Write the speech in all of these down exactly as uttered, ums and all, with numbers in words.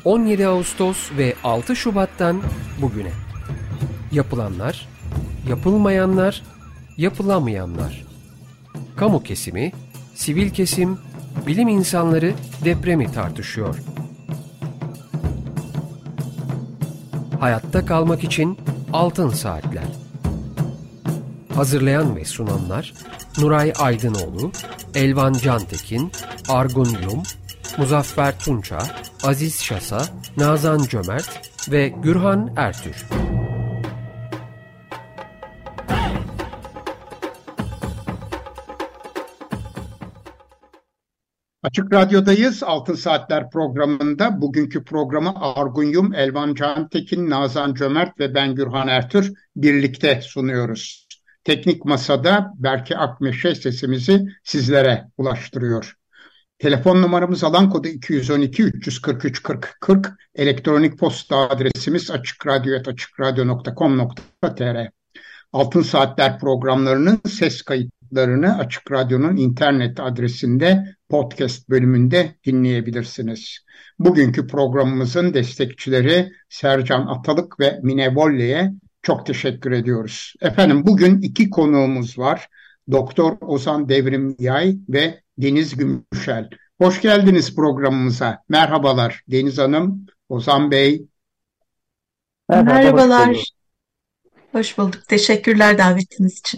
on yedi Ağustos ve altı Şubat'tan bugüne. Yapılanlar, yapılmayanlar, yapılamayanlar. Kamu kesimi, sivil kesim, bilim insanları depremi tartışıyor. Hayatta kalmak için altın saatler. Hazırlayan ve sunanlar Nuray Aydınoğlu, Elvan Cantekin, Argun Yum, Muzaffer Tunça, Aziz Şasa, Nazan Cömert ve Gürhan Ertür. Açık Radyo'dayız. Altın Saatler programında bugünkü programı Argun Yum, Elvan Cantekin, Nazan Cömert ve ben Gürhan Ertür birlikte sunuyoruz. Teknik Masa'da Berke Akmeşe sesimizi sizlere ulaştırıyor. Telefon numaramız alan kodu iki yüz on iki üç yüz kırk üç kırk kırk, elektronik posta adresimiz açıkradyo at açıkradyo nokta com nokta tr. Altın Saatler programlarının ses kayıtlarını Açık Radyo'nun internet adresinde podcast bölümünde dinleyebilirsiniz. Bugünkü programımızın destekçileri Sercan Atalık ve Mine Volle'ye çok teşekkür ediyoruz. Efendim bugün iki konuğumuz var. Doktor Ozan Devrim Yay ve Deniz Gümüşel. Hoş geldiniz programımıza. Merhabalar Deniz Hanım, Ozan Bey. Merhaba, Merhabalar. hoş bulduk. Hoş bulduk. Teşekkürler davetiniz için.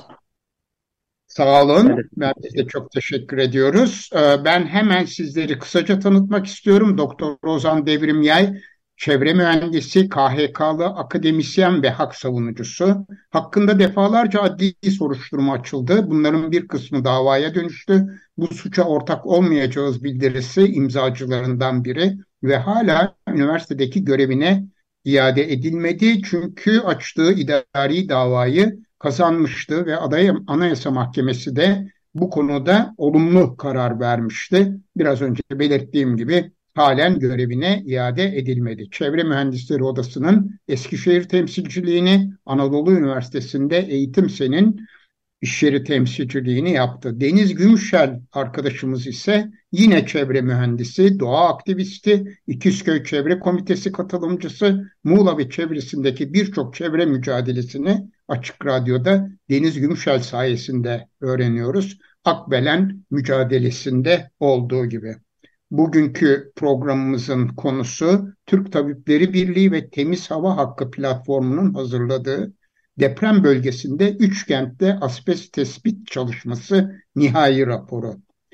Sağ olun. Evet. Ben de çok teşekkür ediyoruz. Ee, Ben hemen sizleri kısaca tanıtmak istiyorum. Doktor Ozan Devrim Yay, çevre mühendisi, K H K'lı akademisyen ve hak savunucusu. Hakkında defalarca adli soruşturma açıldı. Bunların bir kısmı davaya dönüştü. Bu suça ortak olmayacağız bildirisi imzacılarından biri ve hala üniversitedeki görevine iade edilmedi. Çünkü açtığı idari davayı kazanmıştı ve aday Anayasa Mahkemesi de bu konuda olumlu karar vermişti. Biraz önce belirttiğim gibi halen görevine iade edilmedi. Çevre Mühendisleri Odası'nın Eskişehir temsilciliğini, Anadolu Üniversitesi'nde Eğitim Sen'in iş yeri temsilciliğini yaptı. Deniz Gümüşel arkadaşımız ise yine çevre mühendisi, doğa aktivisti, İkizköy Çevre Komitesi katılımcısı, Muğla ve çevresindeki birçok çevre mücadelesini Açık Radyo'da Deniz Gümüşel sayesinde öğreniyoruz. Akbelen mücadelesinde olduğu gibi. Bugünkü programımızın konusu Türk Tabipleri Birliği ve Temiz Hava Hakkı platformunun hazırladığı deprem bölgesinde üç kentte asbest tespit çalışması nihai raporu.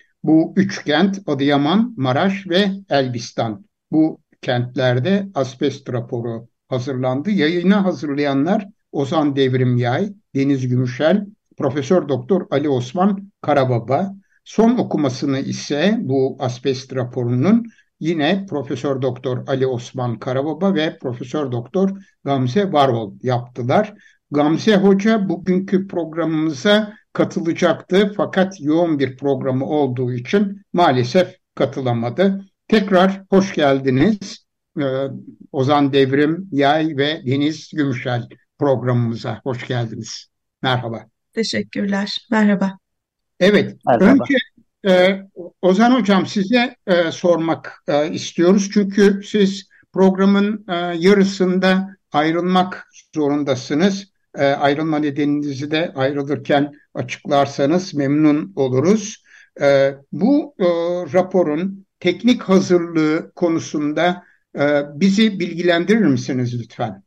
Bu üç kent Adıyaman, Maraş ve Elbistan. Bu kentlerde asbest raporu hazırlandı. Yayını hazırlayanlar Ozan Devrim Yay, Deniz Gümüşel, Profesör Doktor Ali Osman Karababa. Son okumasını ise bu asbest raporunun yine Profesör Doktor Ali Osman Karababa ve Profesör Doktor Gamze Varol yaptılar. Gamze Hoca bugünkü programımıza katılacaktı fakat yoğun bir programı olduğu için maalesef katılamadı. Tekrar hoş geldiniz ee, Ozan Devrim Yay ve Deniz Gümüşel programımıza hoş geldiniz. Merhaba. Teşekkürler. Merhaba. Evet, Merhaba. önce e, Ozan Hocam size e, sormak e, istiyoruz. Çünkü siz programın e, yarısında ayrılmak zorundasınız. E, ayrılma nedeninizi de ayrılırken açıklarsanız memnun oluruz. E, bu e, raporun teknik hazırlığı konusunda e, bizi bilgilendirir misiniz lütfen?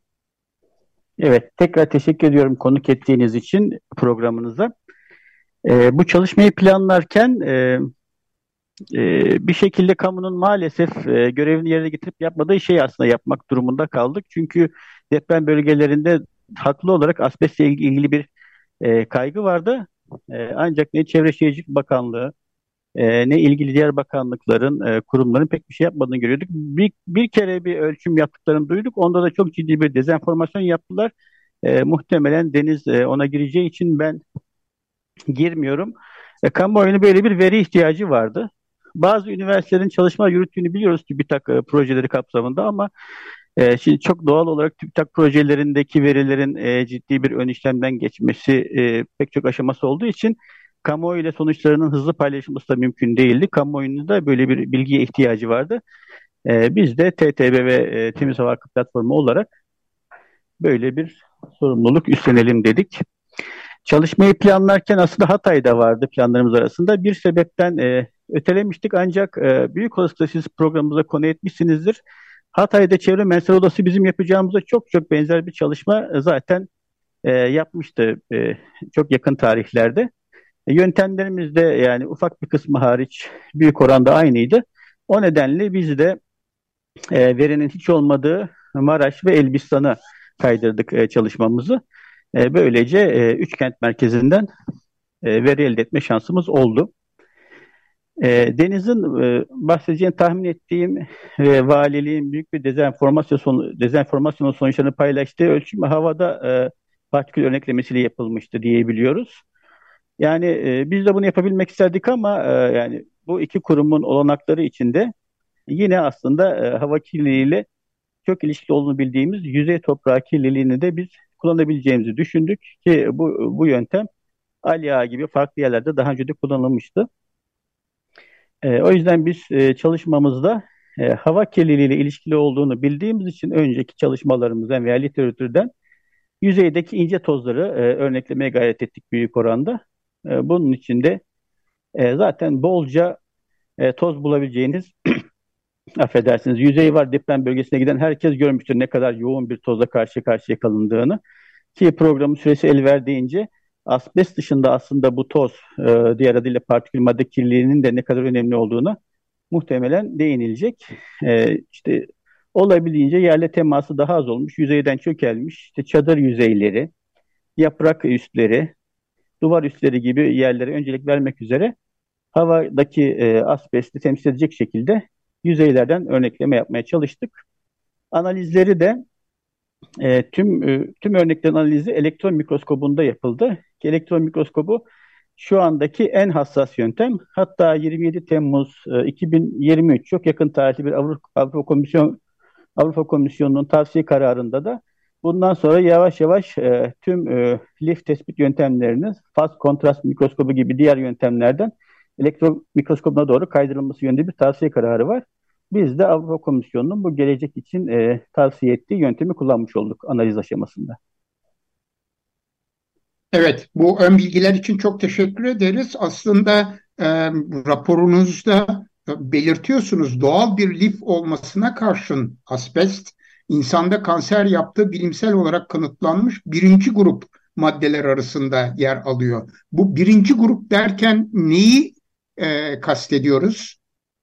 Evet, tekrar teşekkür ediyorum konuk ettiğiniz için programınıza. Ee, bu çalışmayı planlarken e, e, bir şekilde kamunun maalesef e, görevini yerine getirip yapmadığı şeyi aslında yapmak durumunda kaldık. Çünkü deprem bölgelerinde haklı olarak asbestle ilgili bir e, kaygı vardı. E, ancak ne Çevre Şehircilik Bakanlığı e, ne ilgili diğer bakanlıkların, e, kurumların pek bir şey yapmadığını görüyorduk. Bir, bir kere bir ölçüm yaptıklarını duyduk. Onda da çok ciddi bir dezenformasyon yaptılar. E, muhtemelen Deniz e, ona gireceği için ben girmiyorum. E, kamuoyunun böyle bir veri ihtiyacı vardı. Bazı üniversitelerin çalışma yürüttüğünü biliyoruz TÜBİTAK e, projeleri kapsamında ama e, şimdi çok doğal olarak TÜBİTAK projelerindeki verilerin e, ciddi bir ön işlemden geçmesi e, pek çok aşaması olduğu için kamuoyu ile sonuçlarının hızlı paylaşılması da mümkün değildi. Kamuoyunun da böyle bir bilgiye ihtiyacı vardı. E, biz de T T B ve e, Temiz Hava Hakkı Platformu olarak böyle bir sorumluluk üstlenelim dedik. Çalışmayı planlarken aslında Hatay'da vardı planlarımız arasında. Bir sebepten e, ötelemiştik ancak e, büyük olasılıkla siz programımıza konu etmişsinizdir. Hatay'da Çevre Mühendisleri Odası bizim yapacağımıza çok çok benzer bir çalışma e, zaten e, yapmıştı e, çok yakın tarihlerde. E, yöntemlerimiz de yani ufak bir kısmı hariç büyük oranda aynıydı. O nedenle biz de e, verinin hiç olmadığı Maraş ve Elbistan'a kaydırdık e, çalışmamızı. E, böylece e, üç kent merkezinden e, veri elde etme şansımız oldu. E, Deniz'in e, bahsedeceğini tahmin ettiğim e, valiliğin büyük bir dezenformasyon sonu, dezenformasyon sonuçlarını paylaştığı ölçüm havada e, partikül örneklemesiyle yapılmıştı diyebiliyoruz. Yani e, biz de bunu yapabilmek isterdik ama e, yani bu iki kurumun olanakları içinde yine aslında e, hava kirliliğiyle çok ilişkili olduğunu bildiğimiz yüzey toprağı kirliliğini de biz kullanabileceğimizi düşündük ki bu bu yöntem Ali Ağa gibi farklı yerlerde daha önce de kullanılmıştı. E, o yüzden biz e, çalışmamızda e, hava kirliliğiyle ilişkili olduğunu bildiğimiz için önceki çalışmalarımızdan veya literatürden yüzeydeki ince tozları e, örneklemeye gayret ettik büyük oranda. E, bunun için de e, zaten bolca e, toz bulabileceğiniz affedersiniz yüzey var deprem bölgesine giden herkes görmüştür ne kadar yoğun bir tozla karşı karşıya kalındığını. Ki programın süresi el verdiğince asbest dışında aslında bu toz, e, diğer adıyla partikül madde kirliliğinin de ne kadar önemli olduğuna muhtemelen değinilecek. E, işte olabildiğince yerle teması daha az olmuş, yüzeyden çökelmiş, işte çadır yüzeyleri, yaprak üstleri, duvar üstleri gibi yerlere öncelik vermek üzere havadaki e, asbesti temsil edecek şekilde yüzeylerden örnekleme yapmaya çalıştık. Analizleri de E, tüm e, tüm örneklerin analizi elektron mikroskobunda yapıldı. Ki elektron mikroskobu şu andaki en hassas yöntem. Hatta yirmi yedi Temmuz e, iki bin yirmi üç çok yakın tarihli bir Avrupa, Avrupa Komisyon Avrupa Komisyonu'nun tavsiye kararında da bundan sonra yavaş yavaş e, tüm e, lif tespit yöntemlerinin faz kontrast mikroskobu gibi diğer yöntemlerden elektron mikroskobuna doğru kaydırılması yönünde bir tavsiye kararı var. Biz de Avrupa Komisyonu'nun bu gelecek için e, tavsiye ettiği yöntemi kullanmış olduk analiz aşamasında. Evet, bu ön bilgiler için çok teşekkür ederiz. Aslında e, raporunuzda belirtiyorsunuz doğal bir lif olmasına karşın asbest insanda kanser yaptığı bilimsel olarak kanıtlanmış birinci grup maddeler arasında yer alıyor. Bu birinci grup derken neyi e, kastediyoruz?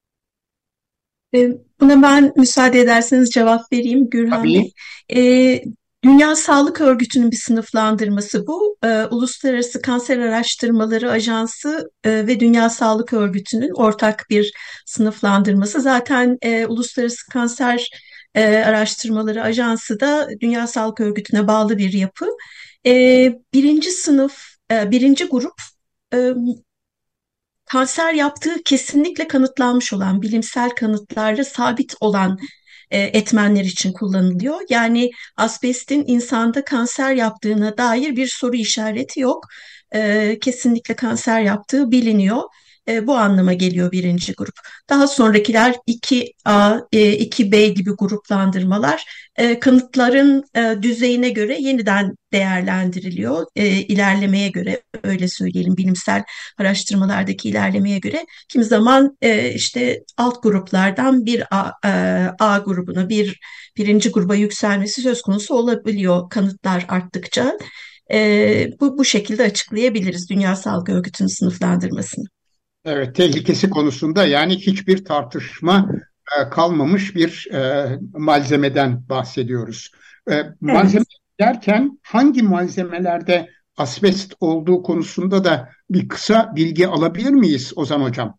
E, Buna ben müsaade ederseniz cevap vereyim Gürhan Bey. Tabii. E, Dünya Sağlık Örgütü'nün bir sınıflandırması bu. E, Uluslararası Kanser Araştırmaları Ajansı e, ve Dünya Sağlık Örgütü'nün ortak bir sınıflandırması. Zaten e, Uluslararası Kanser e, Araştırmaları Ajansı da Dünya Sağlık Örgütü'ne bağlı bir yapı. E, birinci sınıf, e, birinci grup e, kanser yaptığı kesinlikle kanıtlanmış olan, bilimsel kanıtlarla sabit olan e, etmenler için kullanılıyor. Yani asbestin insanda kanser yaptığına dair bir soru işareti yok. E, kesinlikle kanser yaptığı biliniyor. E, bu anlama geliyor birinci grup. Daha sonrakiler iki A, e, iki B gibi gruplandırmalar e, kanıtların e, düzeyine göre yeniden değerlendiriliyor. E, ilerlemeye göre öyle söyleyelim, bilimsel araştırmalardaki ilerlemeye göre kimi zaman e, işte alt gruplardan bir A, e, A grubuna, bir birinci gruba yükselmesi söz konusu olabiliyor kanıtlar arttıkça. E, bu bu şekilde açıklayabiliriz Dünya Sağlık Örgütü'nün sınıflandırmasını. Evet, tehlikesi konusunda yani hiçbir tartışma e, kalmamış bir e, malzemeden bahsediyoruz. E, malzeme Evet. derken hangi malzemelerde asbest olduğu konusunda da bir kısa bilgi alabilir miyiz Ozan Hocam?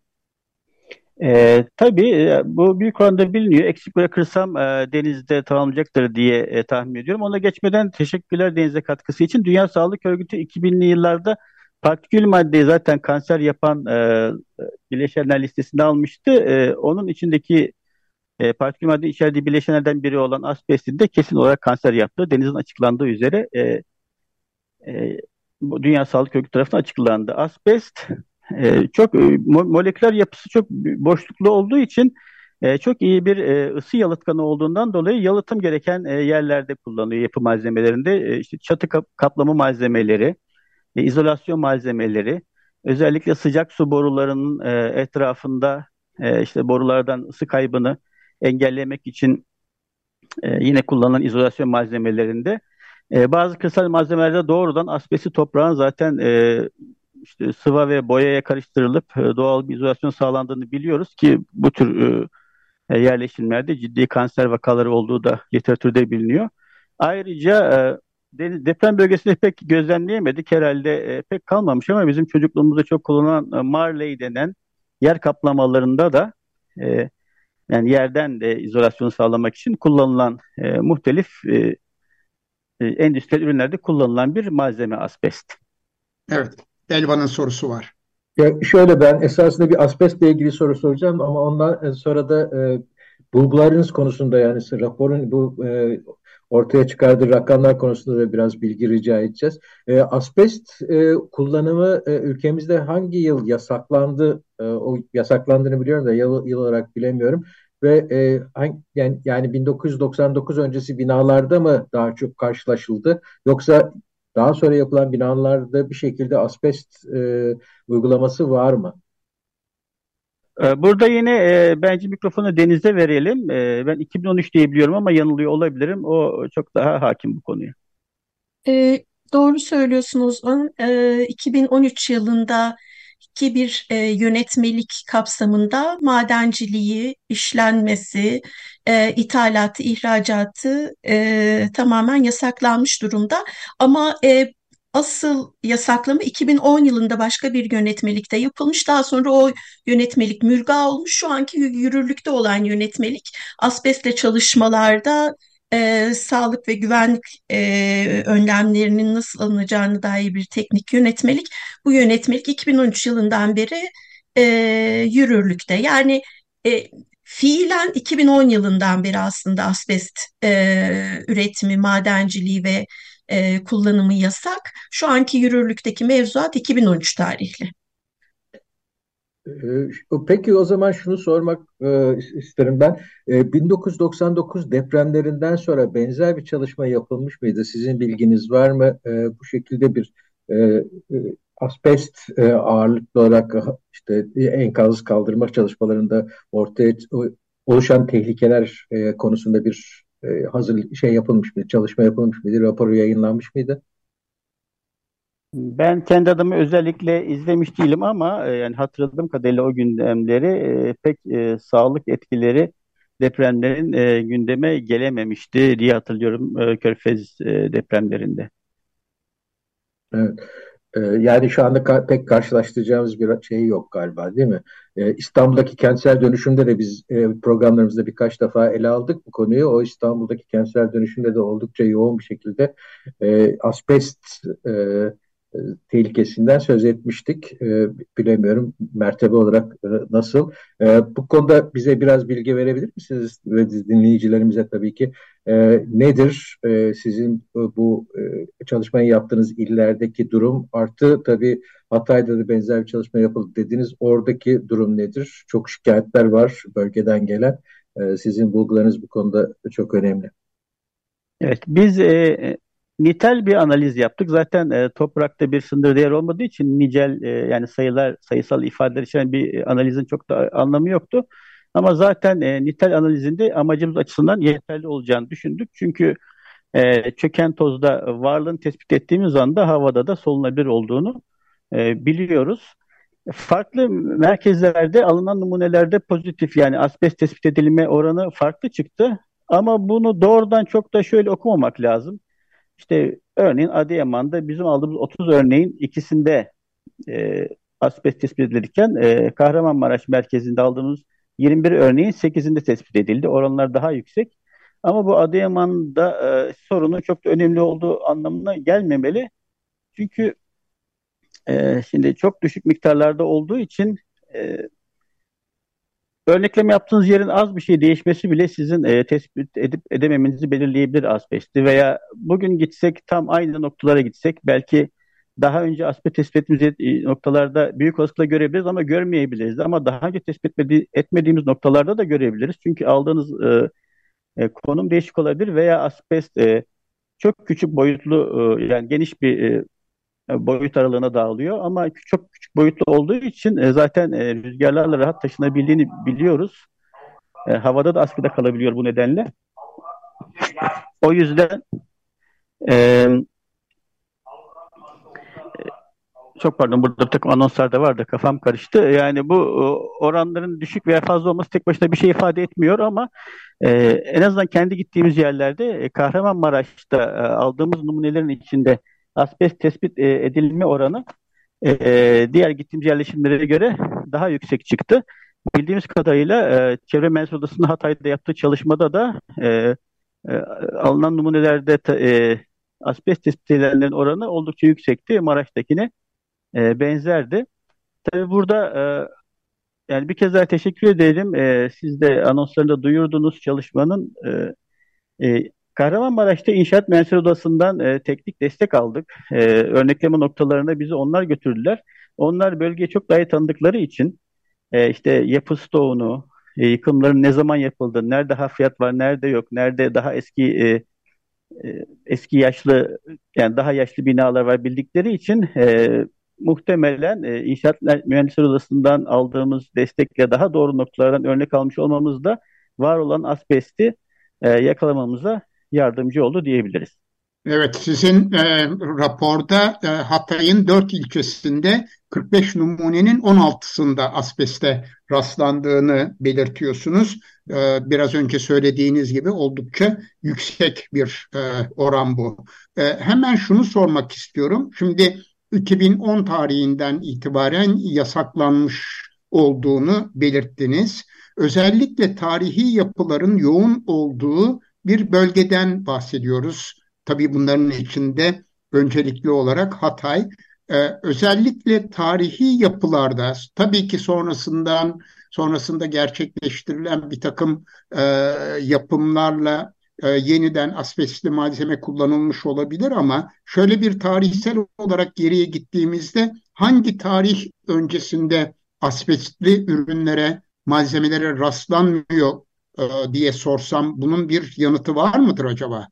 E, tabii e, bu büyük oranda biliniyor. Eksik bırakırsam e, denizde tamamlayacaktır diye e, tahmin ediyorum. Ona geçmeden teşekkürler denize katkısı için. Dünya Sağlık Örgütü iki binli yıllarda partikül maddeyi zaten kanser yapan e, bileşenler listesine almıştı. E, onun içindeki e, partikül madde içerdiği bileşenlerden biri olan asbestin de kesin olarak kanser yaptığı denizin açıklandığı üzere e, e, bu Dünya Sağlık Örgütü tarafından açıklandı. Asbest e, çok e, mo- moleküler yapısı çok boşluklu olduğu için E, çok iyi bir e, ısı yalıtkanı olduğundan dolayı yalıtım gereken e, yerlerde kullanılıyor yapı malzemelerinde. E, işte çatı kap- kaplama malzemeleri, e, izolasyon malzemeleri, özellikle sıcak su borularının e, etrafında e, işte borulardan ısı kaybını engellemek için e, yine kullanılan izolasyon malzemelerinde e, bazı kırsal malzemelerde doğrudan asbesti toprağın zaten e, işte sıva ve boyaya karıştırılıp e, doğal bir izolasyon sağlandığını biliyoruz ki bu tür e, yerleşimlerde ciddi kanser vakaları olduğu da literatürde biliniyor. Ayrıca e, de- deprem bölgesinde pek gözlemleyemedik. Herhalde e, pek kalmamış ama bizim çocukluğumuzda çok kullanılan e, Marley denen yer kaplamalarında da e, yani yerden de izolasyonu sağlamak için kullanılan e, muhtelif e, e, endüstriyel ürünlerde kullanılan bir malzeme asbest. Evet, Elvan'ın sorusu var. Ya şöyle ben esasında bir asbestle ilgili soru soracağım ama ondan sonra da e, bulgularınız konusunda yani siz raporun bu e, ortaya çıkardığı rakamlar konusunda da biraz bilgi rica edeceğiz. E, asbest e, kullanımı e, ülkemizde hangi yıl yasaklandı? E, o yasaklandığını biliyorum da yıl, yıl olarak bilemiyorum. Ve e, hangi, yani, yani bin dokuz yüz doksan dokuz öncesi binalarda mı daha çok karşılaşıldı? Yoksa daha sonra yapılan binalarda bir şekilde asbest e, uygulaması var mı? E, burada yine e, bence mikrofonu Deniz'e verelim. E, ben iki bin on üç diye biliyorum ama yanılıyor olabilirim. O çok daha hakim bu konuya. E, doğru söylüyorsunuz. On- e, iki bin on üç yılında ki bir e, yönetmelik kapsamında madenciliği, işlenmesi, e, ithalatı, ihracatı e, tamamen yasaklanmış durumda. Ama e, asıl yasaklama iki bin on yılında başka bir yönetmelikte yapılmış. Daha sonra o yönetmelik mülga olmuş. Şu anki yürürlükte olan yönetmelik asbestle çalışmalarda e, sağlık ve güvenlik e, önlemlerinin nasıl alınacağını dair bir teknik yönetmelik. Bu yönetmelik iki bin on üç yılından beri e, yürürlükte. Yani e, fiilen iki bin on yılından beri aslında asbest e, üretimi, madenciliği ve e, kullanımı yasak. Şu anki yürürlükteki mevzuat iki bin on üç tarihli. Ee, Peki o zaman şunu sormak e, isterim ben. E, bin dokuz yüz doksan dokuz depremlerinden sonra benzer bir çalışma yapılmış mıydı? Sizin bilginiz var mı? E, bu şekilde bir e, e, asbest e, ağırlıklı olarak işte enkaz kaldırma çalışmalarında ortaya oluşan tehlikeler e, konusunda bir e, hazır şey yapılmış mıydı? Çalışma yapılmış mıydı? Raporu yayınlanmış mıydı? Ben kendi adımı özellikle izlemiş değilim ama e, yani hatırladığım kadarıyla o gündemleri e, pek e, sağlık etkileri depremlerin e, gündeme gelememişti diye hatırlıyorum e, Körfez e, depremlerinde. Evet. Ee, Yani şu anda ka- pek karşılaştıracağımız bir şey yok galiba, değil mi? Ee, İstanbul'daki kentsel dönüşümde de biz e, programlarımızda birkaç defa ele aldık bu konuyu. O İstanbul'daki kentsel dönüşümde de oldukça yoğun bir şekilde e, asbest e, e, tehlikesinden söz etmiştik. E, bilemiyorum mertebe olarak e, nasıl. E, bu konuda bize biraz bilgi verebilir misiniz? Ve dinleyicilerimize tabii ki. E, nedir e, sizin e, bu e, çalışmayı yaptığınız illerdeki durum? Artı tabii Hatay'da da benzer bir çalışma yapıldı dediniz. Oradaki durum nedir? Çok şikayetler var bölgeden gelen. E, sizin bulgularınız bu konuda çok önemli. Evet, biz e, nitel bir analiz yaptık. Zaten e, toprakta bir sınır değer olmadığı için nicel e, yani sayılar, sayısal ifadeler içeren bir e, analizin çok da anlamı yoktu. Ama zaten e, nitel analizinde amacımız açısından yeterli olacağını düşündük. Çünkü e, çöken tozda varlığını tespit ettiğimiz anda havada da solunabilir olduğunu e, biliyoruz. Farklı merkezlerde alınan numunelerde pozitif yani asbest tespit edilme oranı farklı çıktı. Ama bunu doğrudan çok da şöyle okumamak lazım. İşte örneğin Adıyaman'da bizim aldığımız otuz örneğin ikisinde e, asbest tespit edilirken e, Kahramanmaraş merkezinde aldığımız yirmi bir örneğin sekizinde tespit edildi. Oranlar daha yüksek. Ama bu Adıyaman'da e, sorunun çok da önemli olduğu anlamına gelmemeli. Çünkü e, şimdi çok düşük miktarlarda olduğu için e, örnekleme yaptığınız yerin az bir şey değişmesi bile sizin e, tespit edip edememenizi belirleyebilir asbesti veya bugün gitsek tam aynı noktalara gitsek belki daha önce asbest tespit ettiğimiz noktalarda büyük olasılıkla görebiliriz ama görmeyebiliriz. Ama daha önce tespit etmedi- etmediğimiz noktalarda da görebiliriz. Çünkü aldığınız e, e, konum değişik olabilir veya asbest e, çok küçük boyutlu e, yani geniş bir e, boyut aralığına dağılıyor ama çok küçük boyutlu olduğu için e, zaten e, rüzgarlarla rahat taşınabildiğini biliyoruz. E, havada da askıda kalabiliyor bu nedenle. O yüzden e, çok pardon, burada bir takım anonslar da vardı, kafam karıştı. Yani bu e, oranların düşük veya fazla olması tek başına bir şey ifade etmiyor ama e, en azından kendi gittiğimiz yerlerde e, Kahramanmaraş'ta e, aldığımız numunelerin içinde asbest tespit e, edilme oranı e, e, diğer gittiğimiz yerleşimlere göre daha yüksek çıktı. Bildiğimiz kadarıyla e, Çevre Mühendisliği Odası'nın Hatay'da yaptığı çalışmada da e, e, alınan numunelerde ta- e, asbest tespit edilenlerin oranı oldukça yüksekti. Maraş'takine e, benzerdi. Tabii burada e, yani bir kez daha teşekkür edelim. E, siz de anonslarında duyurdunuz çalışmanın. E, e, Kahramanmaraş'ta İnşaat Mühendisleri Odası'ndan e, teknik destek aldık. E, örnekleme noktalarına bizi onlar götürdüler. Onlar bölgeyi çok daha iyi tanıdıkları için e, işte yapı stoğunu, e, yıkımların ne zaman yapıldı, nerede hafriyat var, nerede yok, nerede daha eski e, e, eski yaşlı yani daha yaşlı binalar var bildikleri için e, muhtemelen e, İnşaat Mühendisleri Odası'ndan aldığımız destekle daha doğru noktalardan örnek almış olmamız da var olan asbesti e, yakalamamıza yardımcı oldu diyebiliriz. Evet, sizin e, raporda e, Hatay'ın dört ilçesinde kırk beş numunenin on altısında asbeste rastlandığını belirtiyorsunuz. E, biraz önce söylediğiniz gibi oldukça yüksek bir e, oran bu. E, hemen şunu sormak istiyorum. Şimdi iki bin on tarihinden itibaren yasaklanmış olduğunu belirttiniz. Özellikle tarihi yapıların yoğun olduğu bir bölgeden bahsediyoruz. Tabii bunların içinde öncelikli olarak Hatay. Ee, özellikle tarihi yapılarda tabii ki sonrasından sonrasında gerçekleştirilen bir takım e, yapımlarla e, yeniden asbestli malzeme kullanılmış olabilir ama şöyle bir tarihsel olarak geriye gittiğimizde hangi tarih öncesinde asbestli ürünlere, malzemelere rastlanmıyor e, diye sorsam bunun bir yanıtı var mıdır acaba?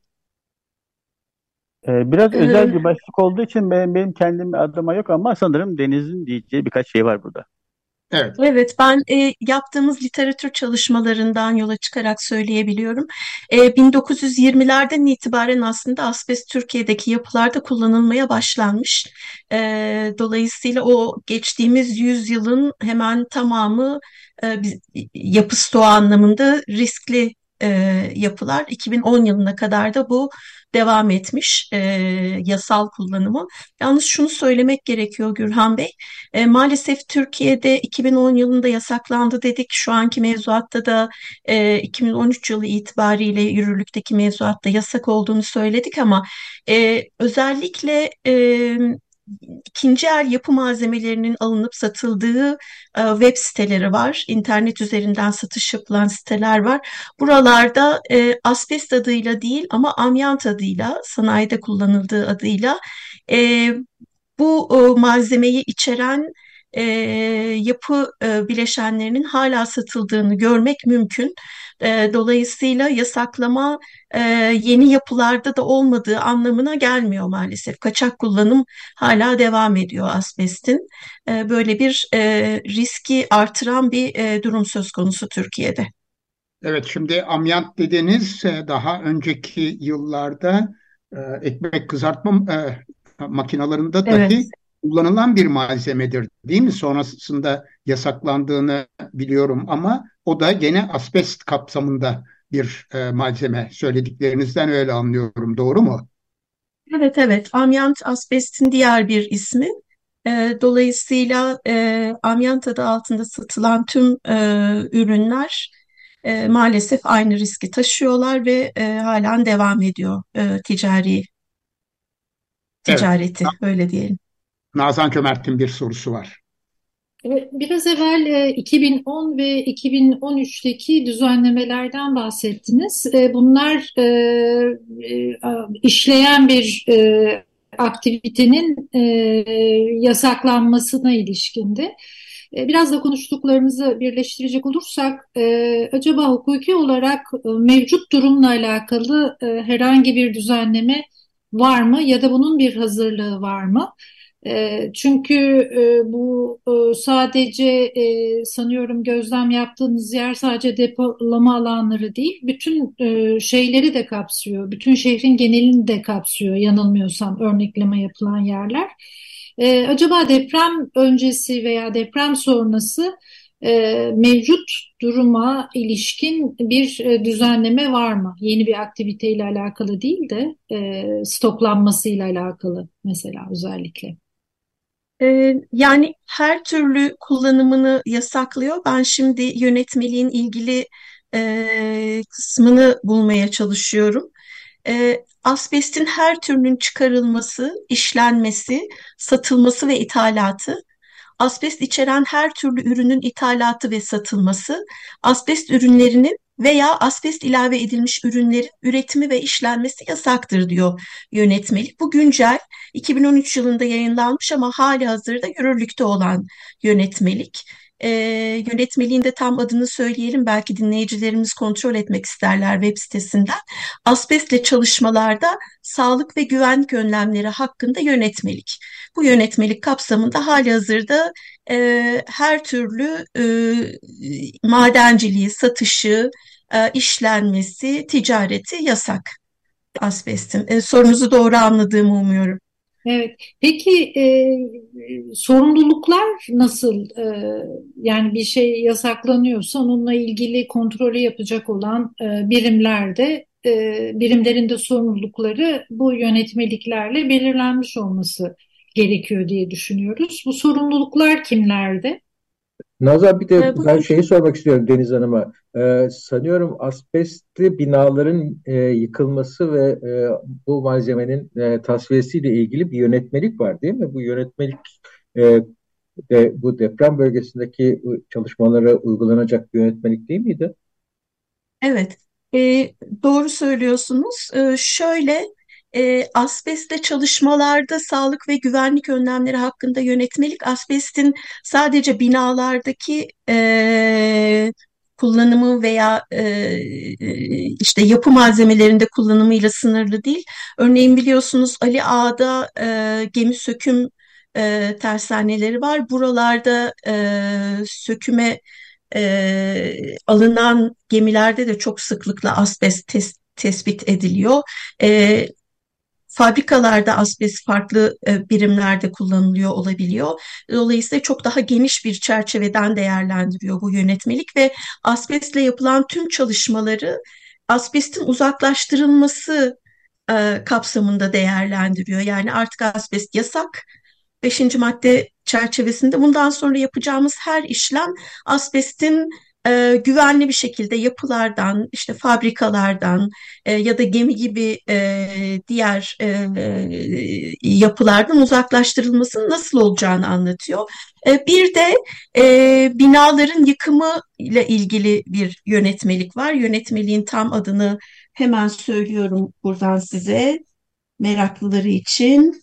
E, biraz özel Ee, bir başlık olduğu için benim, benim kendim adıma yok ama sanırım Deniz'in diyeceği birkaç şey var burada. Evet. Evet, ben e, yaptığımız literatür çalışmalarından yola çıkarak söyleyebiliyorum. E, bin dokuz yüz yirmilerden itibaren aslında asbest Türkiye'deki yapılarda kullanılmaya başlanmış. E, dolayısıyla o geçtiğimiz yüzyılın hemen tamamı e, biz- yapı stoğu anlamında riskli e, yapılar. iki bin on yılına kadar da bu devam etmiş e, yasal kullanımı. Yalnız şunu söylemek gerekiyor Gürhan Bey. E, maalesef Türkiye'de iki bin on yılında yasaklandı dedik. Şu anki mevzuatta da e, iki bin on üç yılı itibariyle yürürlükteki mevzuatta yasak olduğunu söyledik ama e, özellikle e, ikinci el yapı malzemelerinin alınıp satıldığı e, web siteleri var. İnternet üzerinden satış yapılan siteler var. Buralarda e, asbest adıyla değil ama amyant adıyla, sanayide kullanıldığı adıyla e, bu e, malzemeyi içeren e, yapı e, bileşenlerinin hala satıldığını görmek mümkün. E, dolayısıyla yasaklama e, yeni yapılarda da olmadığı anlamına gelmiyor maalesef. Kaçak kullanım hala devam ediyor asbestin. E, böyle bir e, riski artıran bir e, durum söz konusu Türkiye'de. Evet, şimdi amyant dediğiniz e, daha önceki yıllarda e, ekmek kızartma e, makinalarında Evet. dahi kullanılan bir malzemedir, değil mi? Sonrasında yasaklandığını biliyorum ama o da gene asbest kapsamında bir e, malzeme. Söylediklerinizden öyle anlıyorum, doğru mu? Evet, evet. Amyant asbestin diğer bir ismi. E, dolayısıyla e, amyant adı altında satılan tüm e, ürünler e, maalesef aynı riski taşıyorlar ve e, halen devam ediyor e, ticari Evet. ticareti, öyle diyelim. Nazan Cömert'in bir sorusu var. Evet, biraz evvel e, iki bin on ve iki bin on üçteki düzenlemelerden bahsettiniz. E, Bunlar e, e, işleyen bir e, aktivitenin e, yasaklanmasına ilişkindi. E, biraz da konuştuklarımızı birleştirecek olursak, e, acaba hukuki olarak e, mevcut durumla alakalı e, herhangi bir düzenleme var mı ya da bunun bir hazırlığı var mı? E, çünkü e, bu e, sadece e, sanıyorum gözlem yaptığınız yer sadece depolama alanları değil, bütün e, şeyleri de kapsıyor, bütün şehrin genelini de kapsıyor yanılmıyorsam örnekleme yapılan yerler. E, acaba deprem öncesi veya deprem sonrası e, mevcut duruma ilişkin bir e, düzenleme var mı? Yeni bir aktiviteyle alakalı değil de e, stoklanmasıyla alakalı mesela özellikle. Ee, yani her türlü kullanımını yasaklıyor. Ben şimdi yönetmeliğin ilgili e, kısmını bulmaya çalışıyorum. E, asbestin her türünün çıkarılması, işlenmesi, satılması ve ithalatı, asbest içeren her türlü ürünün ithalatı ve satılması, asbest ürünlerinin veya asbest ilave edilmiş ürünlerin üretimi ve işlenmesi yasaktır diyor yönetmelik. Bu güncel iki bin on üç yılında yayınlanmış ama hali hazırda yürürlükte olan yönetmelik. Ee, yönetmeliğin de tam adını söyleyelim, belki dinleyicilerimiz kontrol etmek isterler web sitesinden. Asbestle çalışmalarda sağlık ve güvenlik önlemleri hakkında yönetmelik. Bu yönetmelik kapsamında halihazırda e, her türlü e, madenciliği, satışı, e, işlenmesi, ticareti yasak asbestin. E, sorunuzu doğru anladığımı umuyorum. Evet. Peki e, sorumluluklar nasıl? E, yani bir şey yasaklanıyorsa onunla ilgili kontrolü yapacak olan e, birimlerde, e, birimlerin de sorumlulukları bu yönetmeliklerle belirlenmiş olması gerekiyor diye düşünüyoruz. Bu sorumluluklar kimlerde? Nazan, bir de E, bu ben şeyi sormak istiyorum Deniz Hanım'a. Ee, sanıyorum asbestli binaların e, yıkılması ve e, bu malzemenin e, tasfiyesiyle ilgili bir yönetmelik var, değil mi? Bu yönetmelik e, de bu deprem bölgesindeki çalışmalara uygulanacak bir yönetmelik değil miydi? Evet, e, doğru söylüyorsunuz. E, şöyle, e, asbestle çalışmalarda sağlık ve güvenlik önlemleri hakkında yönetmelik, asbestin sadece binalardaki e, kullanımı veya e, işte yapı malzemelerinde kullanımıyla sınırlı değil. Örneğin biliyorsunuz Ali Ağa'da e, gemi söküm e, tersaneleri var. Buralarda e, söküme e, alınan gemilerde de çok sıklıkla asbest tes- tespit ediliyor. E, fabrikalarda asbest farklı e, birimlerde kullanılıyor olabiliyor. Dolayısıyla çok daha geniş bir çerçeveden değerlendiriyor bu yönetmelik ve asbestle yapılan tüm çalışmaları asbestin uzaklaştırılması e, kapsamında değerlendiriyor. Yani artık asbest yasak. Beşinci madde çerçevesinde bundan sonra yapacağımız her işlem asbestin e, güvenli bir şekilde yapılardan, işte fabrikalardan e, ya da gemi gibi e, diğer e, e, yapılardan uzaklaştırılmasının nasıl olacağını anlatıyor. E, bir de e, binaların yıkımı ile ilgili bir yönetmelik var. Yönetmeliğin tam adını hemen söylüyorum buradan size, meraklıları için.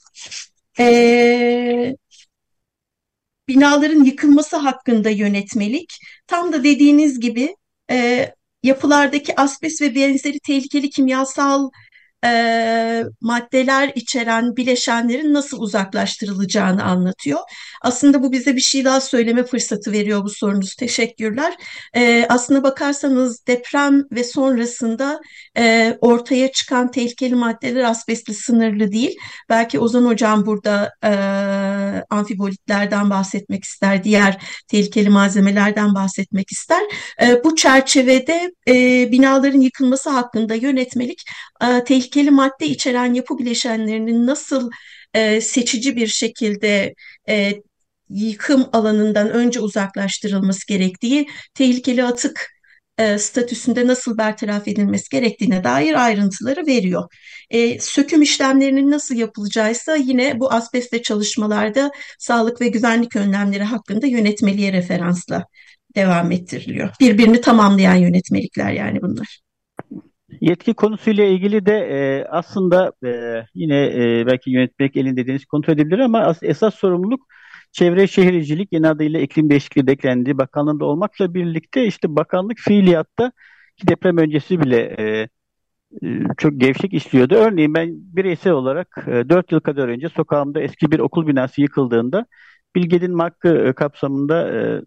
E, binaların yıkılması hakkında yönetmelik. Tam da dediğiniz gibi e, yapılardaki asbest ve benzeri tehlikeli kimyasal e, maddeler içeren bileşenlerin nasıl uzaklaştırılacağını anlatıyor. Aslında bu bize bir şey daha söyleme fırsatı veriyor bu sorunuz. Teşekkürler. E, aslına bakarsanız deprem ve sonrasında e, ortaya çıkan tehlikeli maddeler asbestle sınırlı değil. Belki Ozan Hocam burada e, amfibolitlerden bahsetmek ister, diğer tehlikeli malzemelerden bahsetmek ister. E, bu çerçevede e, binaların yıkılması hakkında yönetmelik e, tehlikeli madde içeren yapı bileşenlerinin nasıl e, seçici bir şekilde e, yıkım alanından önce uzaklaştırılması gerektiği, tehlikeli atık e, statüsünde nasıl bertaraf edilmesi gerektiğine dair ayrıntıları veriyor. E, söküm işlemlerinin nasıl yapılacağıysa yine bu asbestle çalışmalarda sağlık ve güvenlik önlemleri hakkında yönetmeliğe referansla devam ettiriliyor. Birbirini tamamlayan yönetmelikler yani bunlar. Yetki konusuyla ilgili de e, aslında e, yine e, belki yönetmelik elinde dediğiniz kontrol edebilir ama as- esas sorumluluk Çevre Şehircilik, yeni adıyla iklim değişikliği de eklendiği bakanlığında olmakla birlikte işte bakanlık fiiliyatta ki deprem öncesi bile e, e, çok gevşek işliyordu. Örneğin ben bireysel olarak e, dört yıl kadar önce sokağımda eski bir okul binası yıkıldığında Bilge Edinme Hakkı e, kapsamında e,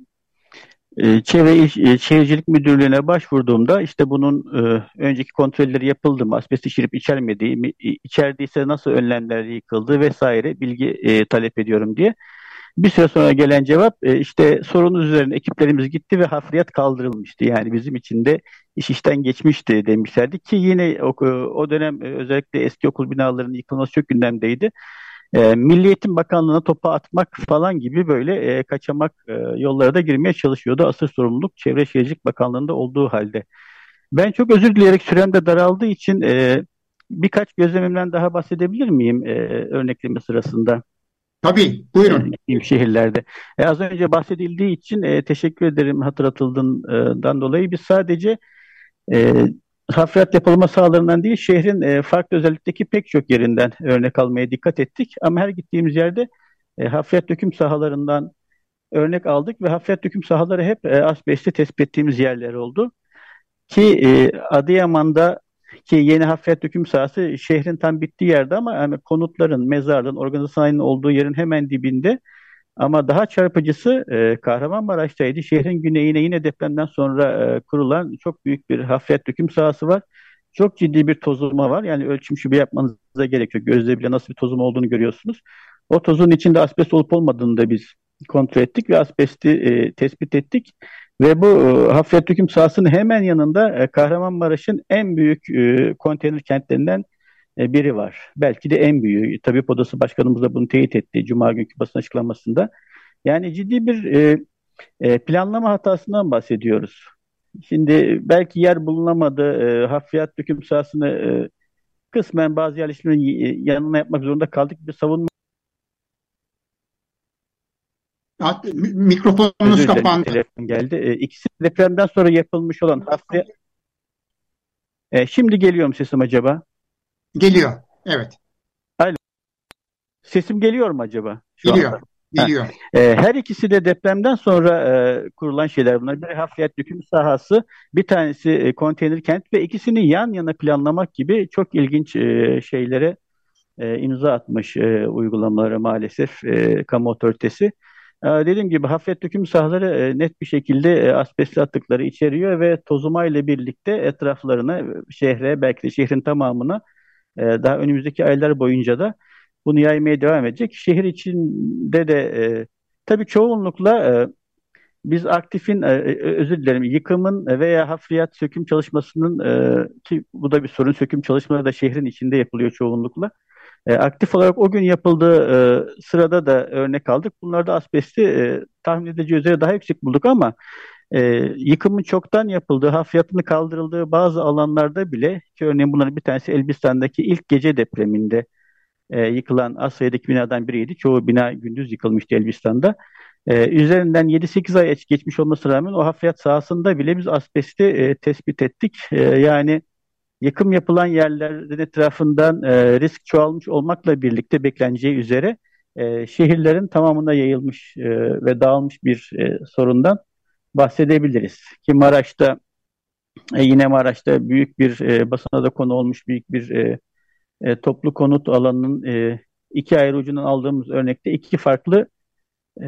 e, Çevre İş- e, Şehircilik Müdürlüğü'ne başvurduğumda işte bunun e, önceki kontrolleri yapıldı mı, asbest içerip içermediği, mi- i- içerdiyse nasıl önlemler yıkıldı vesaire bilgi e, talep ediyorum diye. Bir süre sonra gelen cevap e, işte sorunun üzerine ekiplerimiz gitti ve hafriyat kaldırılmıştı. Yani bizim için de iş işten geçmişti demişlerdi ki yine o, o dönem e, özellikle eski okul binalarının yıkılması çok gündemdeydi. E, Milli Eğitim Bakanlığı'na topu atmak falan gibi böyle e, kaçamak e, yollara da girmeye çalışıyordu. Asıl sorumluluk Çevre Şehircilik Bakanlığı'nda olduğu halde. Ben çok özür dileyerek sürem de daraldığı için e, birkaç gözlemimden daha bahsedebilir miyim e, örnekleme sırasında? Tabii, E, buyurun. gittiğim şehirlerde. E, az önce bahsedildiği için e, teşekkür ederim hatırlatıldığından dolayı. Biz sadece e, hafriyat depolama sahalarından değil, şehrin e, farklı özellikteki pek çok yerinden örnek almaya dikkat ettik. Ama her gittiğimiz yerde e, hafriyat döküm sahalarından örnek aldık ve hafriyat döküm sahaları hep e, asbesti tespit ettiğimiz yerler oldu. Ki e, Adıyaman'da ki yeni hafriyat döküm sahası şehrin tam bittiği yerde ama yani konutların, mezarlığın, organize sanayinin olduğu yerin hemen dibinde. Ama daha çarpıcısı e, Kahramanmaraş'taydı. Şehrin güneyine yine depremden sonra e, kurulan çok büyük bir hafriyat döküm sahası var. Çok ciddi bir tozulma var. Yani ölçüm şubu yapmanıza gerekiyor. Gözle bile nasıl bir tozulma olduğunu görüyorsunuz. O tozun içinde asbest olup olmadığını da biz kontrol ettik ve asbesti e, tespit ettik. Ve bu e, hafriyat döküm sahasının hemen yanında e, Kahramanmaraş'ın en büyük e, konteyner kentlerinden e, biri var. Belki de en büyüğü. Tabip Odası Başkanımız da bunu teyit etti Cuma günkü basın açıklamasında. Yani ciddi bir e, e, planlama hatasından bahsediyoruz. Şimdi belki yer bulunamadı, e, hafriyat döküm sahasını e, kısmen bazı yerleşimlerin y- yanına yapmak zorunda kaldık. Bir savunma, Hat- mi- Mikrofonunuz özür dilerim bir kapandı. telefon geldi. E, ikisi depremden sonra yapılmış olan hafriyat... E, şimdi geliyor mu sesim acaba? Geliyor. Evet, Alo, sesim geliyor mu acaba şu geliyor. anda? Ha. Geliyor. E, her ikisi de depremden sonra e, kurulan şeyler bunlar. Biri hafriyat döküm sahası, bir tanesi e, konteyner kent ve ikisini yan yana planlamak gibi çok ilginç e, şeylere e, imza atmış e, uygulamaları maalesef e, kamu otoritesi. E, dediğim gibi hafriyat döküm sahaları e, net bir şekilde e, asbestli atıkları içeriyor ve tozumayla birlikte etraflarına, e, şehre belki de şehrin tamamına e, daha önümüzdeki aylar boyunca da bunu yaymaya devam edecek. Şehir içinde de e, tabii çoğunlukla e, biz aktifin, e, e, özür dilerim, yıkımın veya hafriyat söküm çalışmasının e, ki bu da bir sorun, söküm çalışmaları da şehrin içinde yapılıyor çoğunlukla. E, aktif olarak o gün yapıldığı e, sırada da örnek aldık. Bunlarda asbesti e, tahmin edeceği üzere daha yüksek bulduk ama e, yıkımın çoktan yapıldığı, hafriyatını kaldırıldığı bazı alanlarda bile ki örneğin bunların bir tanesi Elbistan'daki ilk gece depreminde e, yıkılan az sayıdaki binadan biriydi. Çoğu bina gündüz yıkılmıştı Elbistan'da. E, üzerinden yedi sekiz ay geçmiş olmasına rağmen o hafriyat sahasında bile biz asbesti e, tespit ettik. E, yani yıkım yapılan yerlerin etrafından e, risk çoğalmış olmakla birlikte bekleneceği üzere e, şehirlerin tamamına yayılmış e, ve dağılmış bir e, sorundan bahsedebiliriz. Ki Maraş'ta e, yine Maraş'ta büyük bir e, basına da konu olmuş büyük bir e, e, toplu konut alanının e, iki ayrı ucundan aldığımız örnekte iki farklı e,